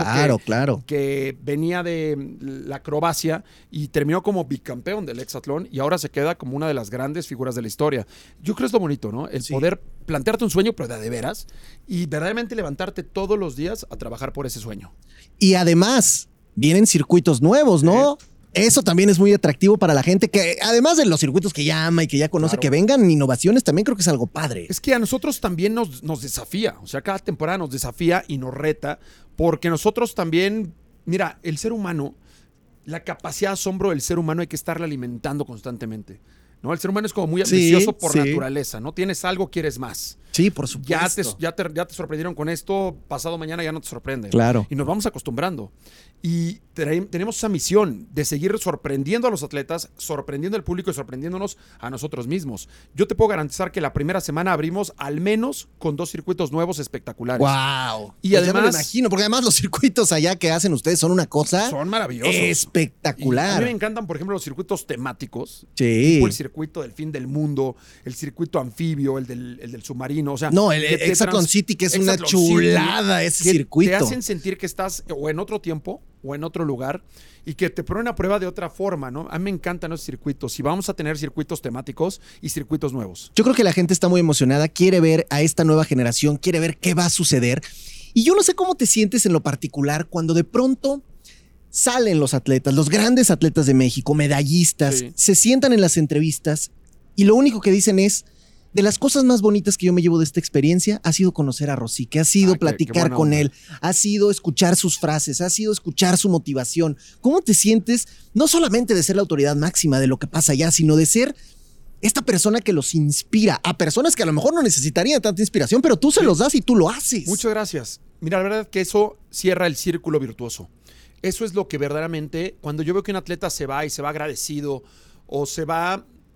que venía de la acrobacia y terminó como bicampeón del hexatlón y ahora se queda como una de las grandes figuras de la historia. Yo creo que es lo bonito, ¿no? El poder plantearte un sueño, pero de veras, y verdaderamente levantarte todos los días a trabajar por ese sueño. Y además, vienen circuitos nuevos, ¿no? Eso también es muy atractivo para la gente que, además de los circuitos que ya ama y que ya conoce, que vengan innovaciones, también creo que es algo padre. Es que a nosotros también nos desafía. O sea, cada temporada nos desafía y nos reta, porque nosotros también, mira, el ser humano, la capacidad de asombro del ser humano hay que estarla alimentando constantemente. ¿No? El ser humano es como muy ambicioso por naturaleza, ¿no? Tienes algo, quieres más. Sí, por supuesto. Ya te sorprendieron con esto, pasado mañana ya no te sorprende. Claro. Y nos vamos acostumbrando. Y tenemos esa misión de seguir sorprendiendo a los atletas, sorprendiendo al público y sorprendiéndonos a nosotros mismos. Yo te puedo garantizar que la primera semana abrimos al menos con 2 circuitos nuevos espectaculares. ¡Wow! Y pues además, ya me lo imagino, porque además los circuitos allá que hacen ustedes son una cosa... Son maravillosos. Espectacular. Y a mí me encantan, por ejemplo, los circuitos temáticos. Sí. Tipo el circuito del fin del mundo, el circuito anfibio, el del submarino. O sea, no, el Hexatlon City, que es una chulada ese circuito. Te hacen sentir que estás o en otro tiempo o en otro lugar y que te ponen a prueba de otra forma, ¿no? A mí me encantan los circuitos y vamos a tener circuitos temáticos y circuitos nuevos. Yo creo que la gente está muy emocionada, quiere ver a esta nueva generación, quiere ver qué va a suceder. Y yo no sé cómo te sientes en lo particular cuando de pronto salen los atletas, los grandes atletas de México, medallistas, se sientan en las entrevistas y lo único que dicen es: de las cosas más bonitas que yo me llevo de esta experiencia ha sido conocer a Rosique, ha sido platicar con él, ha sido escuchar sus frases, ha sido escuchar su motivación. ¿Cómo te sientes no solamente de ser la autoridad máxima de lo que pasa allá, sino de ser esta persona que los inspira a personas que a lo mejor no necesitarían tanta inspiración, pero tú se los das y tú lo haces? Muchas gracias. Mira, la verdad que eso cierra el círculo virtuoso. Eso es lo que verdaderamente, cuando yo veo que un atleta se va y se va agradecido o se va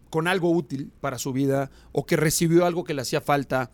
con algo útil para su vida o que recibió algo que le hacía falta,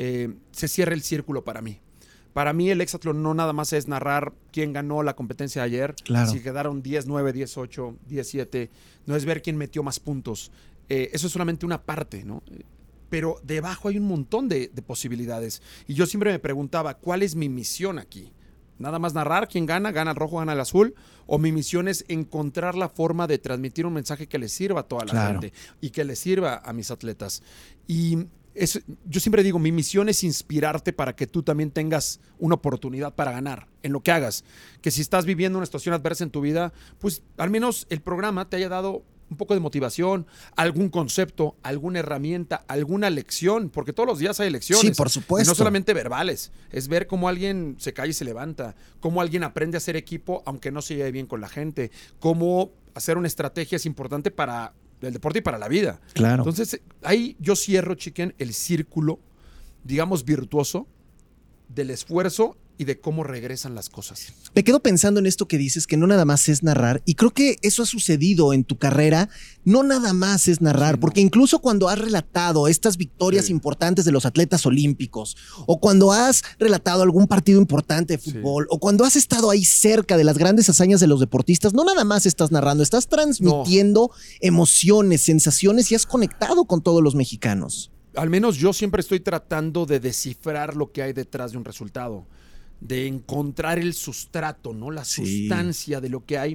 se cierra el círculo para mí. Para mí el hexatlón no nada más es narrar quién ganó la competencia de ayer, Claro. si quedaron 10-9, 10-8, 10-7, no es ver quién metió más puntos. Eso es solamente una parte, ¿no? Pero debajo hay un montón de posibilidades. Y yo siempre me preguntaba, ¿cuál es mi misión aquí? ¿Nada más narrar quién gana? ¿Gana el rojo, gana el azul? ¿O mi misión es encontrar la forma de transmitir un mensaje que le sirva a toda la Claro. gente y que le sirva a mis atletas? Y yo siempre digo, mi misión es inspirarte para que tú también tengas una oportunidad para ganar en lo que hagas. Que si estás viviendo una situación adversa en tu vida, pues al menos el programa te haya dado un poco de motivación, algún concepto, alguna herramienta, alguna lección, porque todos los días hay lecciones. Sí, por supuesto. Y no solamente verbales, es ver cómo alguien se cae y se levanta, cómo alguien aprende a hacer equipo aunque no se lleve bien con la gente, cómo hacer una estrategia es importante para el deporte y para la vida. Claro. Entonces, ahí yo cierro, Chiquen, el círculo, digamos, virtuoso del esfuerzo y de cómo regresan las cosas. Me quedo pensando en esto que dices, que no nada más es narrar, y creo que eso ha sucedido en tu carrera, no nada más es narrar, Sí, no. porque incluso cuando has relatado estas victorias Sí. importantes de los atletas olímpicos, o cuando has relatado algún partido importante de fútbol, o cuando has estado ahí cerca de las grandes hazañas de los deportistas, no nada más estás narrando, estás transmitiendo emociones, sensaciones y has conectado con todos los mexicanos. Al menos yo siempre estoy tratando de descifrar lo que hay detrás de un resultado, de encontrar el sustrato, ¿no? La Sí. sustancia de lo que hay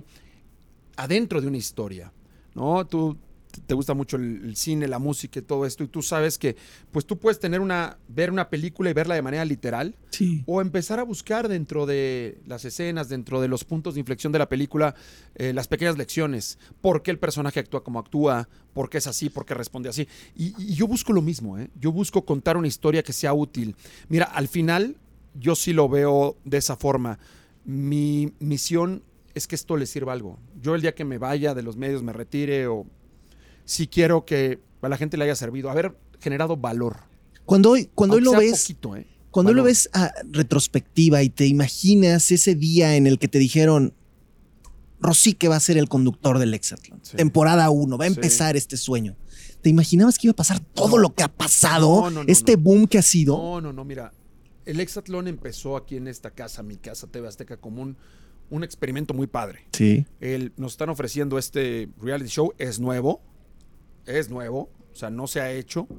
adentro de una historia, ¿no? Tú te gusta mucho el cine, la música y todo esto, y tú sabes que pues tú puedes ver una película y verla de manera literal, Sí. o empezar a buscar dentro de las escenas, dentro de los puntos de inflexión de la película, las pequeñas lecciones. ¿Por qué el personaje actúa como actúa? ¿Por qué es así? ¿Por qué responde así? Y yo busco lo mismo, ¿eh? Yo busco contar una historia que sea útil. Mira, al final yo sí lo veo de esa forma. Mi misión es que esto le sirva algo. Yo el día que me vaya de los medios, me retire, o si quiero que a la gente le haya servido, haber generado valor. Cuando hoy Aunque lo sea ves... poquito, ¿eh? Cuando lo Valor. ves a retrospectiva y te imaginas ese día en el que te dijeron, Rosique va a ser el conductor del Hexatlón, Sí. temporada 1, va a Sí. empezar este sueño. ¿Te imaginabas que iba a pasar todo No. lo que ha pasado? No, no, no, este no. boom que ha sido. No, mira, el Hexatlón empezó aquí en esta casa, mi casa TV Azteca, como un experimento muy padre. Sí. Nos están ofreciendo este reality show, es nuevo, o sea, no se ha hecho.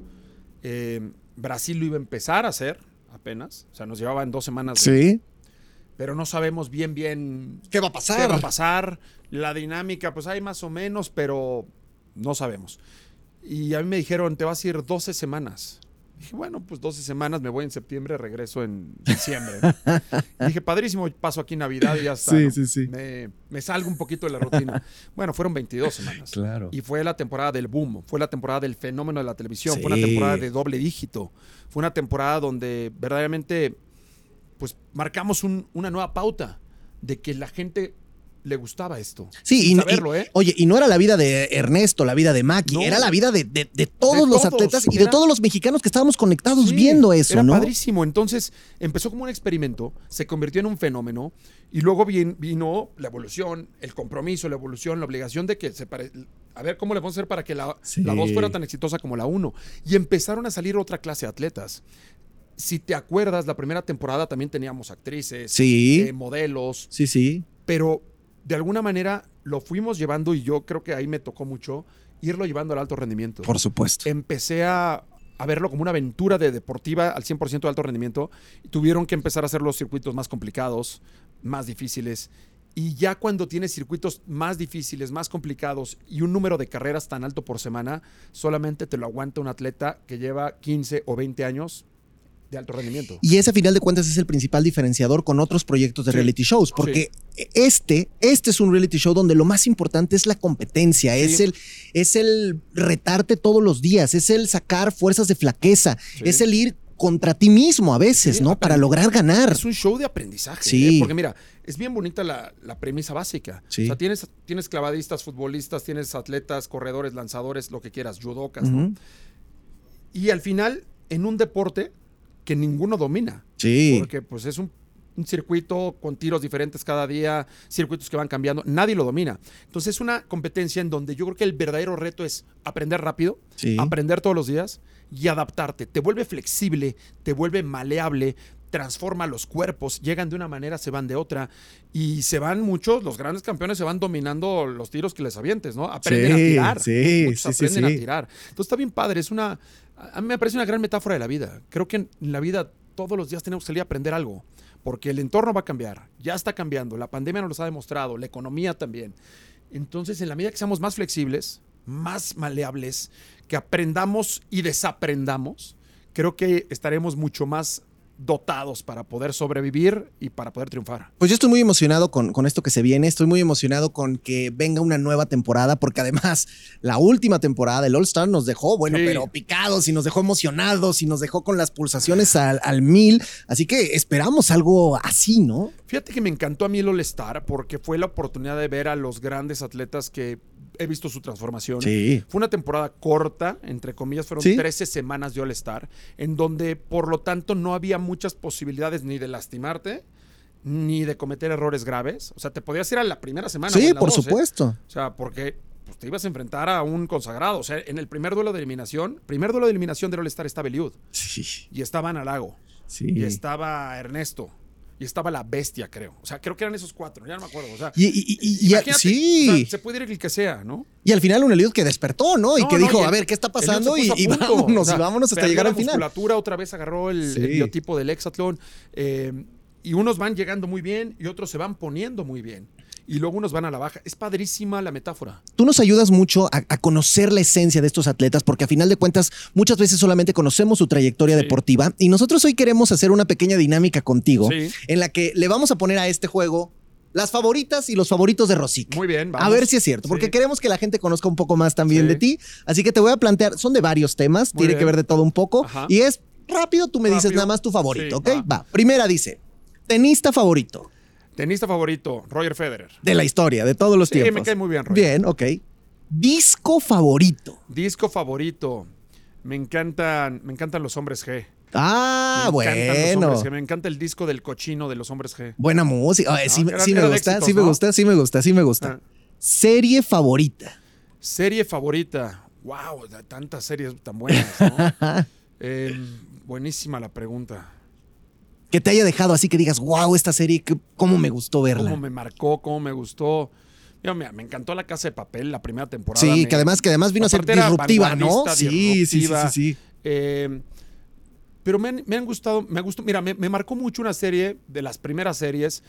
Brasil lo iba a empezar a hacer apenas, o sea, nos llevaban 2 semanas. Sí. Pero no sabemos bien ¿Qué va a qué va a pasar. La dinámica, pues hay más o menos, pero no sabemos. Y a mí me dijeron, te vas a ir 12 semanas. Dije, bueno, pues 12 semanas, me voy en septiembre, regreso en diciembre. Y dije, padrísimo, paso aquí Navidad y ya está. Sí, ¿no? sí, sí. Me salgo un poquito de la rutina. Bueno, fueron 22 semanas. Claro. Y fue la temporada del boom, fue la temporada del fenómeno de la televisión, Sí. fue una temporada de doble dígito. Fue una temporada donde verdaderamente pues marcamos una nueva pauta de que la gente le gustaba esto. Sí, sin y, saberlo, ¿eh? oye, y no era la vida de Ernesto, la vida de Maki, No. era la vida de todos los todos. atletas y de Era- todos los mexicanos que estábamos conectados Sí, viendo eso, era ¿no? padrísimo. Entonces empezó como un experimento, se convirtió en un fenómeno y luego vino la evolución, el compromiso, la evolución, la obligación de que a ver cómo le vamos a hacer para que la Sí. 2 fuera tan exitosa como la 1. Y empezaron a salir otra clase de atletas. Si te acuerdas, la primera temporada también teníamos actrices, Sí. modelos, Sí, sí. pero de alguna manera lo fuimos llevando y yo creo que ahí me tocó mucho irlo llevando al alto rendimiento. Por supuesto. Empecé a verlo como una aventura deportiva al 100% de alto rendimiento. Y tuvieron que empezar a hacer los circuitos más complicados, más difíciles. Y ya cuando tienes circuitos más difíciles, más complicados y un número de carreras tan alto por semana, solamente te lo aguanta un atleta que lleva 15 o 20 años de alto rendimiento. Y ese, a final de cuentas, es el principal diferenciador con otros proyectos de Sí. reality shows, porque este es un reality show donde lo más importante es la competencia, Sí. es el retarte todos los días, es el sacar fuerzas de flaqueza, Sí. es el ir contra ti mismo a veces, Sí, ¿no? Para lograr ganar. Es un show de aprendizaje. Sí. Porque mira, es bien bonita la premisa básica. Sí. O sea, tienes clavadistas, futbolistas, tienes atletas, corredores, lanzadores, lo que quieras, judocas, ¿no? Ujú. Y al final, en un deporte que ninguno domina. Sí. Porque pues es un un circuito con tiros diferentes cada día, circuitos que van cambiando. Nadie lo domina. Entonces es una competencia en donde yo creo que el verdadero reto es aprender rápido, aprender todos los días y adaptarte. Te vuelve flexible, te vuelve maleable, transforma los cuerpos, llegan de una manera, se van de otra, y se van muchos, los grandes campeones se van dominando los tiros que les avientes, ¿no? Aprenden a tirar. Muchos aprenden a tirar. Entonces está bien padre, a mí me parece una gran metáfora de la vida. Creo que en la vida todos los días tenemos que salir a aprender algo, porque el entorno va a cambiar, ya está cambiando, la pandemia nos lo ha demostrado, la economía también. Entonces, en la medida que seamos más flexibles, más maleables, que aprendamos y desaprendamos, creo que estaremos mucho más dotados para poder sobrevivir y para poder triunfar. Pues yo estoy muy emocionado con esto que se viene, estoy muy emocionado con que venga una nueva temporada, porque además la última temporada del All-Star nos dejó, pero picados y nos dejó emocionados y nos dejó con las pulsaciones al 1000, así que esperamos algo así, ¿no? Fíjate que me encantó a mí el All-Star porque fue la oportunidad de ver a los grandes atletas que he visto su transformación. Sí. Fue una temporada corta, entre comillas, fueron 13 semanas de All-Star, en donde, por lo tanto, no había muchas posibilidades ni de lastimarte, ni de cometer errores graves. O sea, te podías ir a la primera semana. Sí, por supuesto. O sea, porque te ibas a enfrentar a un consagrado. O sea, en el primer duelo de eliminación del All-Star estaba Eliud. Sí. Y estaba Ana Lago. Sí. Y estaba Ernesto. Y estaba la bestia, creo. O sea, creo que eran esos 4, ya no me acuerdo. O sea, imagínate, sí. O sea, se puede ir el que sea, ¿no? Y al final un Eliud que despertó, ¿no? Y que dijo, a ver, ¿qué está pasando? Y vámonos, o sea, y vámonos hasta llegar al final. La musculatura otra vez agarró el biotipo del hexatlón. Y unos van llegando muy bien y otros se van poniendo muy bien. Y luego unos van a la baja. Es padrísima la metáfora. Tú nos ayudas mucho a conocer la esencia de estos atletas, porque a final de cuentas muchas veces solamente conocemos su trayectoria deportiva, y nosotros hoy queremos hacer una pequeña dinámica contigo en la que le vamos a poner a este juego las favoritas y los favoritos de Rosique. Muy bien, vamos. A ver si es cierto, porque queremos que la gente conozca un poco más también de ti. Así que te voy a plantear, son de varios temas, tiene que ver de todo un poco. Ajá. Y es rápido, tú me dices nada más tu favorito, ¿ok? Va. Primera dice, tenista favorito. Tenista favorito, Roger Federer. De la historia, de todos los tiempos. Sí, me cae muy bien, Roger. Bien, ok. Disco favorito. Disco favorito. Me encantan los Hombres G. Ah, bueno. Me encanta el disco del cochino de los Hombres G. Buena música. ¿No? Sí me gusta, éxitos, sí me gusta, sí me gusta, sí me gusta. Serie favorita. Serie favorita. Wow, tantas series tan buenas, ¿no? Buenísima la pregunta. Que te haya dejado así que digas, wow, esta serie, cómo me gustó verla. Cómo me marcó, cómo me gustó. Mira, me encantó La Casa de Papel, la primera temporada. Sí, que además viino a ser disruptiva, ¿no? Sí. Pero me gustó. Mira, me marcó mucho una serie de las primeras series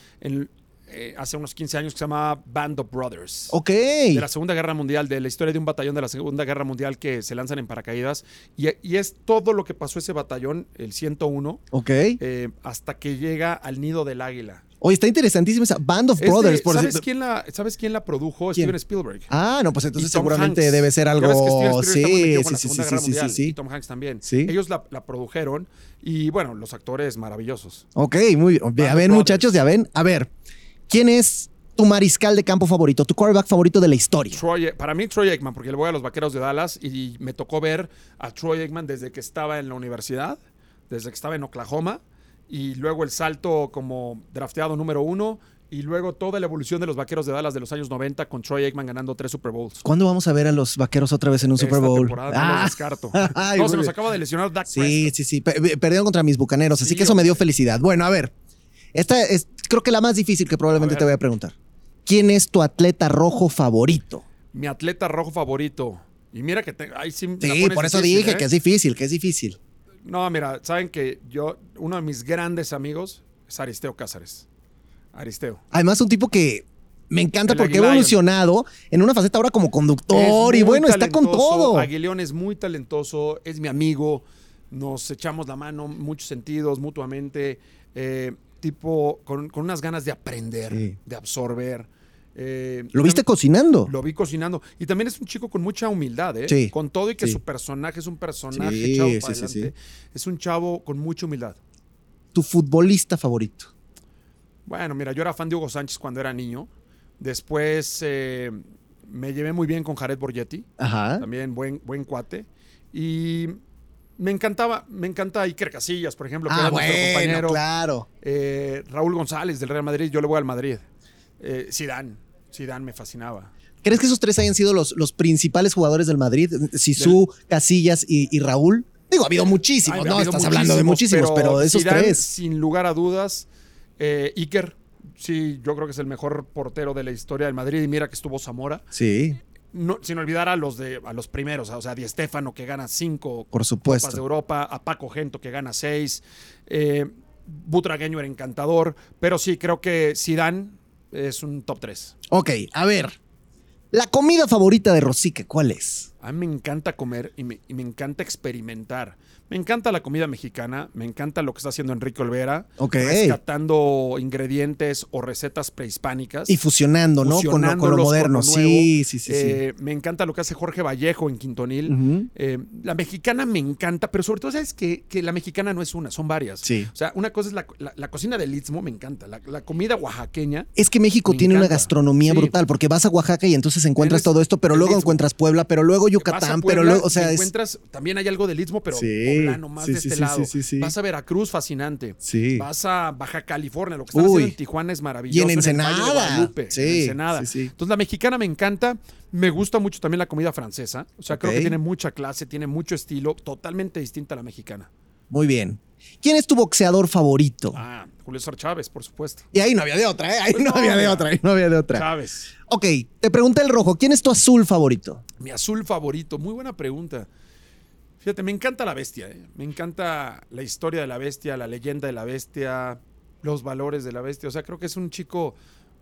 hace unos 15 años que se llama Band of Brothers. Ok. De la Segunda Guerra Mundial, de la historia de un batallón de la Segunda Guerra Mundial que se lanzan en paracaídas. Y es todo lo que pasó ese batallón, el 101, hasta que llega al Nido del Águila. Oye, está interesantísima esa Band of Brothers. ¿Sabes quién la produjo? ¿Quién? Steven Spielberg. Ah, no, pues entonces Tom seguramente Hanks. debe ser algo... Ya ves que Steven Spielberg está muy metido con la Sí. Segunda Guerra Mundial, y Tom Hanks también. Sí. Ellos la produjeron y, bueno, los actores maravillosos. Ok, muy bien. Ya ven, muchachos, ya ven. A ver, ¿quién es tu mariscal de campo favorito, tu quarterback favorito de la historia? Para mí, Troy Aikman, porque le voy a los Vaqueros de Dallas y me tocó ver a Troy Aikman desde que estaba en la universidad, desde que estaba en Oklahoma, y luego el salto como drafteado número 1, y luego toda la evolución de los Vaqueros de Dallas de los años 90 con Troy Aikman ganando 3 Super Bowls. ¿Cuándo vamos a ver a los Vaqueros otra vez en un Super Bowl? Temporada, no los descarto. Se nos acaba de lesionar Dak Prescott. Sí. Perdieron contra mis Bucaneros, así que eso hombre. me dio felicidad. Bueno, a ver. Esta es, creo que la más difícil que probablemente te voy a preguntar. ¿Quién es tu atleta rojo favorito? Mi atleta rojo favorito. Y mira que ahí sí. Sí, por eso dije que es difícil. No, mira, saben que uno de mis grandes amigos es Aristeo Cázares. Además, un tipo que me encanta porque ha evolucionado en una faceta ahora como conductor y bueno, está con todo. Aguileón es muy talentoso, es mi amigo, nos echamos la mano en muchos sentidos, mutuamente. Tipo con unas ganas de aprender, de absorber. ¿Lo viste cocinando? Lo vi cocinando. Y también es un chico con mucha humildad, ¿eh? Sí. Con todo y que su personaje es un personaje echado para adelante. Es un chavo con mucha humildad. ¿Tu futbolista favorito? Bueno, mira, yo era fan de Hugo Sánchez cuando era niño. Después me llevé muy bien con Jared Borgetti. Ajá. También buen cuate. Y Me encanta Iker Casillas, por ejemplo, que era nuestro compañero. Claro. Raúl González del Real Madrid, yo le voy al Madrid. Zidane me fascinaba. ¿Crees que esos tres hayan sido los principales jugadores del Madrid? Zizou, Casillas y Raúl. Digo, ha habido muchísimos, ¿no? Estás hablando de muchísimos, pero de esos Zidane, tres. sin lugar a dudas, Iker, sí, yo creo que es el mejor portero de la historia del Madrid. Y mira que estuvo Zamora. Sí. No, sin olvidar a los primeros, o sea, Di Stéfano que gana 5 Por supuesto. Copas de Europa, a Paco Gento que gana 6, Butragueño era encantador, pero sí, creo que Zidane es un top 3. Ok, a ver. La comida favorita de Rosique, ¿cuál es? A mí me encanta comer y me encanta experimentar. Me encanta la comida mexicana, me encanta lo que está haciendo Enrique Olvera, rescatando ingredientes o recetas prehispánicas. Y fusionando, ¿no? Con lo moderno. Sí. Me encanta lo que hace Jorge Vallejo en Quintonil. La mexicana me encanta, pero sobre todo, ¿sabes qué? Que la mexicana no es una, son varias. Sí. O sea, una cosa es la cocina del Istmo, me encanta. La comida oaxaqueña. Es que México tiene una gastronomía brutal, porque vas a Oaxaca y entonces encuentras todo esto, pero luego encuentras Puebla, pero luego Yucatán, pero luego, o sea, también hay algo del Istmo, pero poblano, más de este lado. Vas a Veracruz, fascinante. Sí. Vas a Baja California, lo que están haciendo en Tijuana es maravilloso. Y en Ensenada. En el Valle de Guadalupe, en Ensenada. Entonces, la mexicana me encanta. Me gusta mucho también la comida francesa. O sea, creo que tiene mucha clase, tiene mucho estilo, totalmente distinta a la mexicana. Muy bien. ¿Quién es tu boxeador favorito? Julio César Chávez, por supuesto. Y ahí no había de otra, ¿eh? Ahí no había de otra. Chávez. Ok, te pregunté el rojo. ¿Quién es tu azul favorito? Mi azul favorito, muy buena pregunta. Fíjate, me encanta la bestia, ¿eh? Me encanta la historia de la bestia, la leyenda de la bestia, los valores de la bestia. O sea, creo que es un chico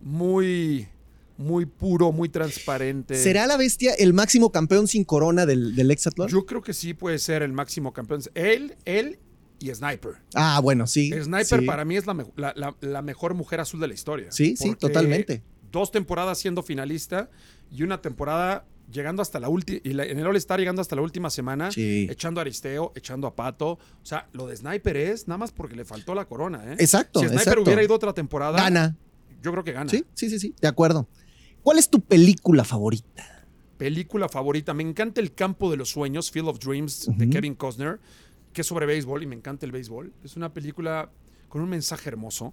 muy puro, muy transparente. ¿Será la bestia el máximo campeón sin corona del hexatlón? Yo creo que sí puede ser el máximo campeón. Él y Sniper. Bueno, sí. Sniper para mí es la mejor mujer azul de la historia. Sí, totalmente. 2 temporadas siendo finalista y una temporada llegando hasta la última, y en el All-Star llegando hasta la última semana, echando a Aristeo, echando a Pato. O sea, lo de Sniper es nada más porque le faltó la corona, ¿eh? Exacto. Si Sniper hubiera ido otra temporada, gana. Yo creo que gana. Sí, de acuerdo. ¿Cuál es tu película favorita? Película favorita. Me encanta El campo de los sueños, Field of Dreams, de Kevin Costner, que es sobre béisbol y me encanta el béisbol. Es una película con un mensaje hermoso.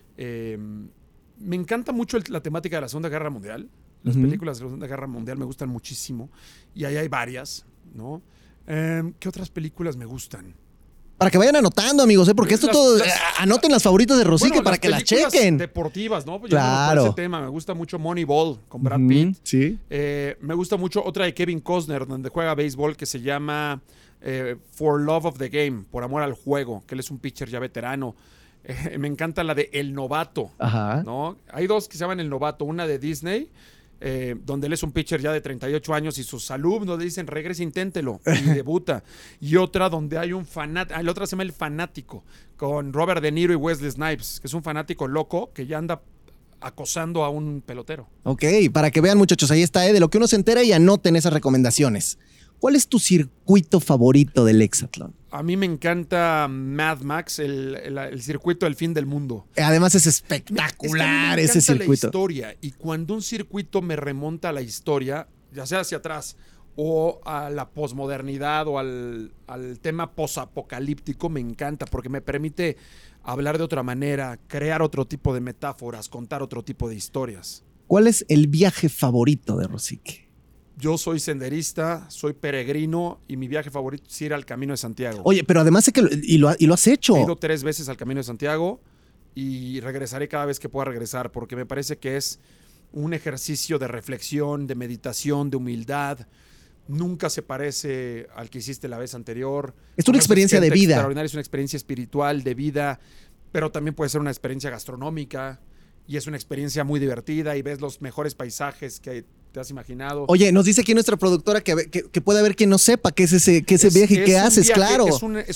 Me encanta mucho la temática de la Segunda Guerra Mundial. Las películas de la Segunda Guerra Mundial me gustan muchísimo. Y ahí hay varias, ¿no? ¿Qué otras películas me gustan? Para que vayan anotando, amigos, ¿eh? Porque esto todo... anoten las favoritas de Rosique para que las chequen. Deportivas, ¿no? Claro. Ese tema. Me gusta mucho Moneyball con Brad Pitt. Sí. Me gusta mucho otra de Kevin Costner, donde juega béisbol, que se llama For Love of the Game, por amor al juego, que él es un pitcher ya veterano. Me encanta la de El Novato. Ajá. ¿No? Hay 2 que se llaman El Novato, una de Disney, donde él es un pitcher ya de 38 años y sus alumnos le dicen, regresa, inténtelo, y debuta. Y otra donde hay un fanático, la otra se llama El Fanático, con Robert De Niro y Wesley Snipes, que es un fanático loco que ya anda acosando a un pelotero. Ok, para que vean, muchachos, ahí está, de lo que uno se entera y anoten esas recomendaciones. ¿Cuál es tu circuito favorito del hexatlón? A mí me encanta Mad Max, el circuito del fin del mundo. Además es espectacular ese circuito. La historia, y cuando un circuito me remonta a la historia, ya sea hacia atrás o a la posmodernidad o al tema posapocalíptico, me encanta porque me permite hablar de otra manera, crear otro tipo de metáforas, contar otro tipo de historias. ¿Cuál es el viaje favorito de Rosique? Yo soy senderista, soy peregrino y mi viaje favorito es ir al Camino de Santiago. Oye, pero además sé que lo has hecho. He ido 3 veces al Camino de Santiago y regresaré cada vez que pueda regresar porque me parece que es un ejercicio de reflexión, de meditación, de humildad. Nunca se parece al que hiciste la vez anterior. Es una experiencia de vida. Extraordinaria, es una experiencia espiritual, de vida, pero también puede ser una experiencia gastronómica y es una experiencia muy divertida y ves los mejores paisajes que te has imaginado. Oye, nos dice aquí nuestra productora que puede haber quien no sepa qué es ese viaje y qué haces, claro.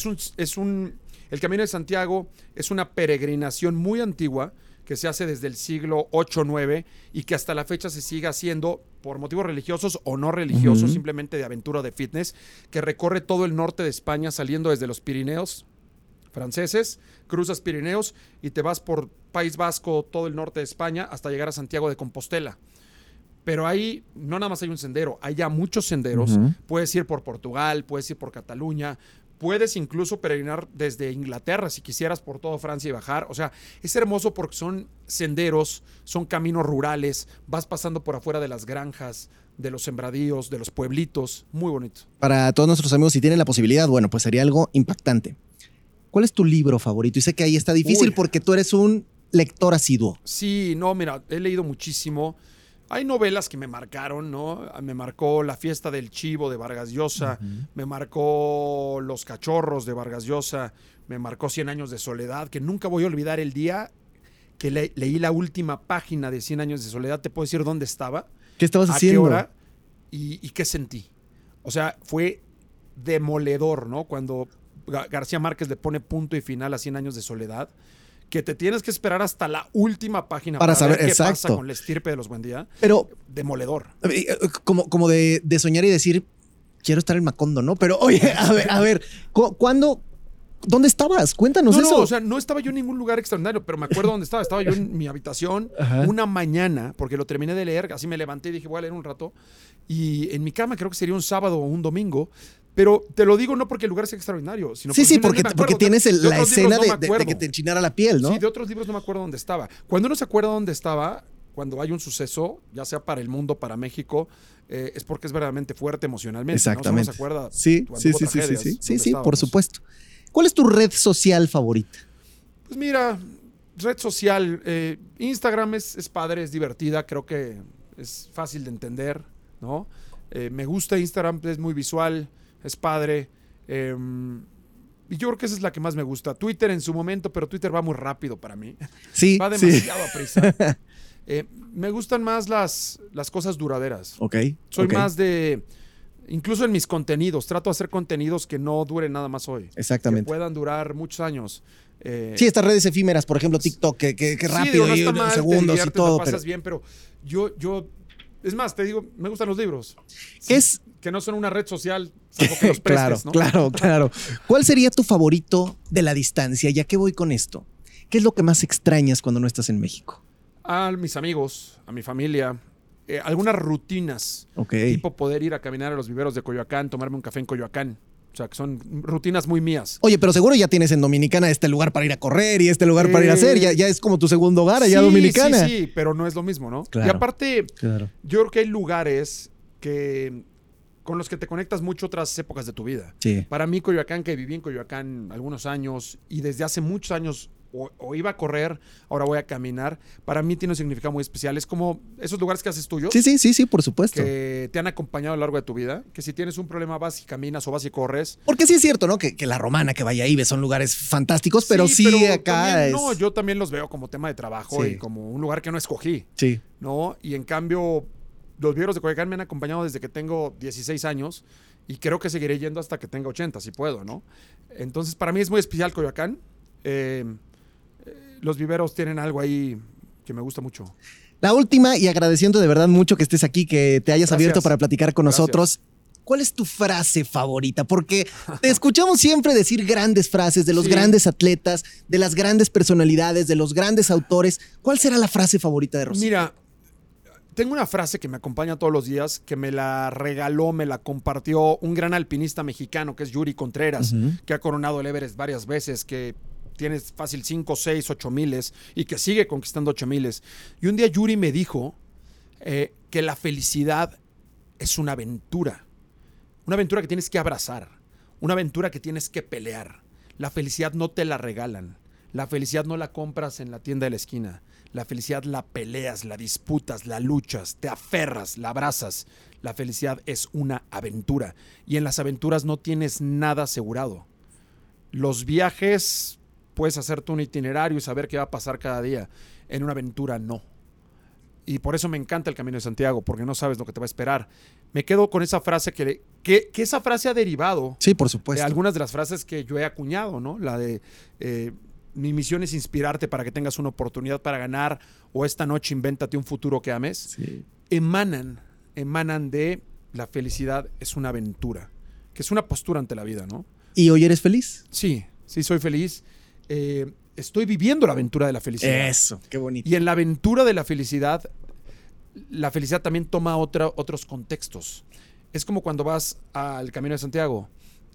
El Camino de Santiago es una peregrinación muy antigua que se hace desde el siglo 8 o 9 y que hasta la fecha se sigue haciendo por motivos religiosos o no religiosos, simplemente de aventura o de fitness, que recorre todo el norte de España saliendo desde los Pirineos franceses, cruzas Pirineos y te vas por País Vasco, todo el norte de España, hasta llegar a Santiago de Compostela. Pero ahí no nada más hay un sendero, hay ya muchos senderos. Puedes ir por Portugal, puedes ir por Cataluña, puedes incluso peregrinar desde Inglaterra, si quisieras, por toda Francia y bajar. O sea, es hermoso porque son senderos, son caminos rurales, vas pasando por afuera de las granjas, de los sembradíos, de los pueblitos. Muy bonito. Para todos nuestros amigos, si tienen la posibilidad, bueno, pues sería algo impactante. ¿Cuál es tu libro favorito? Y sé que ahí está difícil porque tú eres un lector asiduo. Sí, no, mira, he leído muchísimo. Hay novelas que me marcaron, ¿no? Me marcó La fiesta del chivo de Vargas Llosa, me marcó Los cachorros de Vargas Llosa, me marcó 100 años de soledad, que nunca voy a olvidar el día que leí la última página de 100 años de soledad. Te puedo decir dónde estaba, ¿Qué estabas a haciendo? qué hora y qué sentí. O sea, fue demoledor, ¿no? Cuando García Márquez le pone punto y final a 100 años de soledad, que te tienes que esperar hasta la última página para saber ver qué exacto. pasa con la estirpe de los Buendía. Pero Demoledor. como de soñar y decir, quiero estar en Macondo, ¿no? Pero oye, a ver, ¿cuándo? ¿Dónde estabas? Cuéntanos eso. No, o sea, no estaba yo en ningún lugar extraordinario, pero me acuerdo dónde estaba. Estaba yo en mi habitación una mañana, porque lo terminé de leer, así me levanté y dije, voy a leer un rato. Y en mi cama, creo que sería un sábado o un domingo. Pero te lo digo no porque el lugar sea extraordinario, sino sí, porque tienes la escena no de que te enchinara la piel, ¿no? Sí, de otros libros no me acuerdo dónde estaba. Cuando uno se acuerda dónde estaba, cuando hay un suceso, ya sea para el mundo, para México, es porque es verdaderamente fuerte emocionalmente. Exactamente. ¿No? Se acuerda. Sí, por supuesto. ¿Cuál es tu red social favorita? Pues mira, red social, Instagram es padre, es divertida, creo que es fácil de entender, ¿no? Me gusta Instagram, es muy visual, es padre. Y yo creo que esa es la que más me gusta. Twitter en su momento, pero Twitter va muy rápido para mí. Sí. Va demasiado a prisa. Me gustan más las cosas duraderas. Ok. Soy más de... Incluso en mis contenidos, trato de hacer contenidos que no duren nada más hoy. Exactamente. Que puedan durar muchos años. Sí, estas redes efímeras, por ejemplo, TikTok, que rápido, sí, digo, no está mal, segundos y todo. Te pasas bien, pero yo... Es más, te digo, me gustan los libros. Es... Que no son una red social, salvo que los prestes, ¿no? Claro. ¿Cuál sería tu favorito de la distancia? ¿Y a qué voy con esto? ¿Qué es lo que más extrañas cuando no estás en México? A mis amigos, a mi familia, algunas rutinas. Tipo poder ir a caminar a los viveros de Coyoacán, tomarme un café en Coyoacán. O sea, que son rutinas muy mías. Oye, pero seguro ya tienes en Dominicana este lugar para ir a correr y este lugar para ir a hacer. Ya es como tu segundo hogar allá Dominicana. Sí, pero no es lo mismo, ¿no? Claro, y aparte, yo creo que hay lugares con los que te conectas mucho otras épocas de tu vida. Sí. Para mí, Coyoacán, que viví en Coyoacán algunos años y desde hace muchos años o iba a correr, ahora voy a caminar, para mí tiene un significado muy especial. Es como esos lugares que haces tuyos. Sí, por supuesto. Que te han acompañado a lo largo de tu vida, que si tienes un problema vas y caminas o vas y corres. Porque sí es cierto, ¿no? Que la Romana, que vaya ahí, son lugares fantásticos, pero acá también, es... No, yo también los veo como tema de trabajo y como un lugar que no escogí. Sí. ¿No? Y en cambio, los viveros de Coyoacán me han acompañado desde que tengo 16 años y creo que seguiré yendo hasta que tenga 80, si puedo, ¿no? Entonces, para mí es muy especial Coyoacán. Los viveros tienen algo ahí que me gusta mucho. La última, y agradeciendo de verdad mucho que estés aquí, que te hayas abierto para platicar con nosotros. ¿Cuál es tu frase favorita? Porque te escuchamos siempre decir grandes frases de los grandes atletas, de las grandes personalidades, de los grandes autores. ¿Cuál será la frase favorita de Rosita? Mira, tengo una frase que me acompaña todos los días, que me la regaló, me la compartió un gran alpinista mexicano, que es Yuri Contreras, que ha coronado el Everest varias veces, que tiene fácil 5, 6, 8 miles y que sigue conquistando 8 miles. Y un día Yuri me dijo que la felicidad es una aventura que tienes que abrazar, una aventura que tienes que pelear. La felicidad no te la regalan, la felicidad no la compras en la tienda de la esquina, la felicidad la peleas, la disputas, la luchas, te aferras, la abrazas. La felicidad es una aventura y en las aventuras no tienes nada asegurado. Los viajes... Puedes hacerte un itinerario y saber qué va a pasar cada día. En una aventura, no. Y por eso me encanta el Camino de Santiago, porque no sabes lo que te va a esperar. Me quedo con esa frase que esa frase ha derivado. Sí, por supuesto. De algunas de las frases que yo he acuñado, ¿no? La de mi misión es inspirarte para que tengas una oportunidad para ganar, o esta noche invéntate un futuro que ames. Sí. Emanan de la felicidad es una aventura, que es una postura ante la vida, ¿no? ¿Y hoy eres feliz? Sí, soy feliz. Estoy viviendo la aventura de la felicidad. Eso, qué bonito. Y en la aventura de la felicidad también toma otros contextos. Es como cuando vas al Camino de Santiago.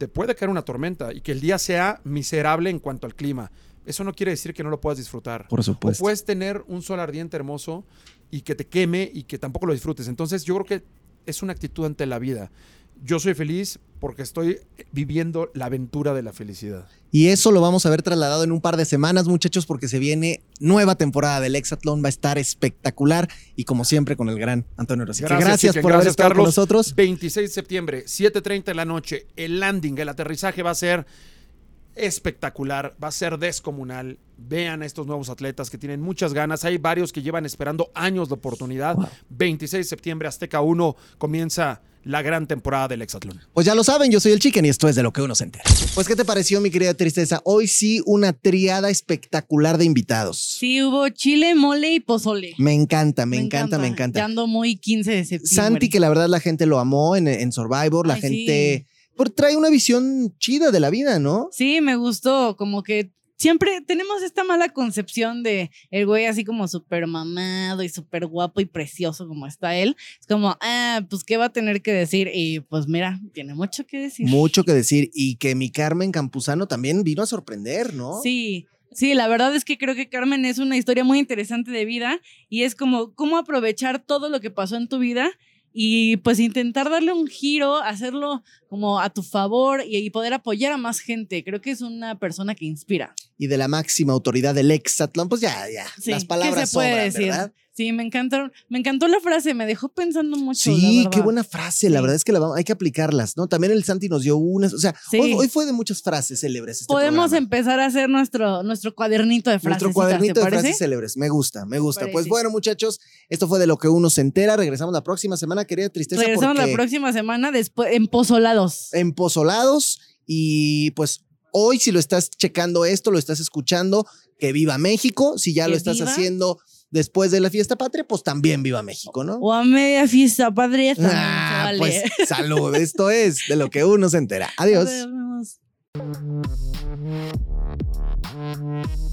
te puede caer una tormenta y que el día sea miserable en cuanto al clima. Eso no quiere decir que no lo puedas disfrutar. Por supuesto. O puedes tener un sol ardiente hermoso y que te queme y que tampoco lo disfrutes. Entonces yo creo que es una actitud ante la vida. Yo soy feliz porque estoy viviendo la aventura de la felicidad. Y eso lo vamos a ver trasladado en un par de semanas, muchachos, porque se viene nueva temporada del Hexatlón. Va a estar espectacular y como siempre con el gran Antonio Rosique. Gracias por haber estado con nosotros. 26 de septiembre, 7:30 de la noche, el landing, el aterrizaje va a ser espectacular, va a ser descomunal. Vean a estos nuevos atletas que tienen muchas ganas. Hay varios que llevan esperando años la oportunidad. 26 de septiembre, Azteca 1, comienza la gran temporada del Hexatlón. Pues ya lo saben, yo soy el Chicken y esto es De lo que uno se entera. Pues, ¿qué te pareció, mi querida Tristeza? Hoy sí, una triada espectacular de invitados. Sí, hubo chile, mole y pozole. Me encanta, me encanta. Ya ando muy 15 de septiembre. Santi, que la verdad la gente lo amó en Survivor, la gente trae una visión chida de la vida, ¿no? Sí, me gustó, como que siempre tenemos esta mala concepción de el güey así como súper mamado y súper guapo y precioso como está él. Es como, pues ¿qué va a tener que decir? Y pues mira, tiene mucho que decir. Mucho que decir y que mi Carmen Campuzano también vino a sorprender, ¿no? Sí, la verdad es que creo que Carmen es una historia muy interesante de vida y es como cómo aprovechar todo lo que pasó en tu vida y pues intentar darle un giro, hacerlo como a tu favor y poder apoyar a más gente. Creo que es una persona que inspira. Y de la máxima autoridad del Hexatlón, pues ya, sí, las palabras ¿qué se puede sobran, decir? ¿verdad? Sí, me encantó la frase, me dejó pensando mucho. Sí, qué buena frase, la verdad es que hay que aplicarlas, ¿no? También el Santi nos dio unas, o sea, hoy fue de muchas frases célebres. Podemos programa. empezar a hacer nuestro cuadernito de frases. Nuestro cuadernito de frases célebres, me gusta. Pues bueno, muchachos, esto fue De lo que uno se entera, regresamos la próxima semana, querida Tristeza. Regresamos la próxima semana después, empozolados. Y pues hoy si lo estás checando esto, lo estás escuchando, que viva México, si ya lo estás haciendo después de la fiesta patria, pues también viva México, ¿no? O a media fiesta patria también vale. Pues salud, esto es De lo que uno se entera. Adiós. Adiós.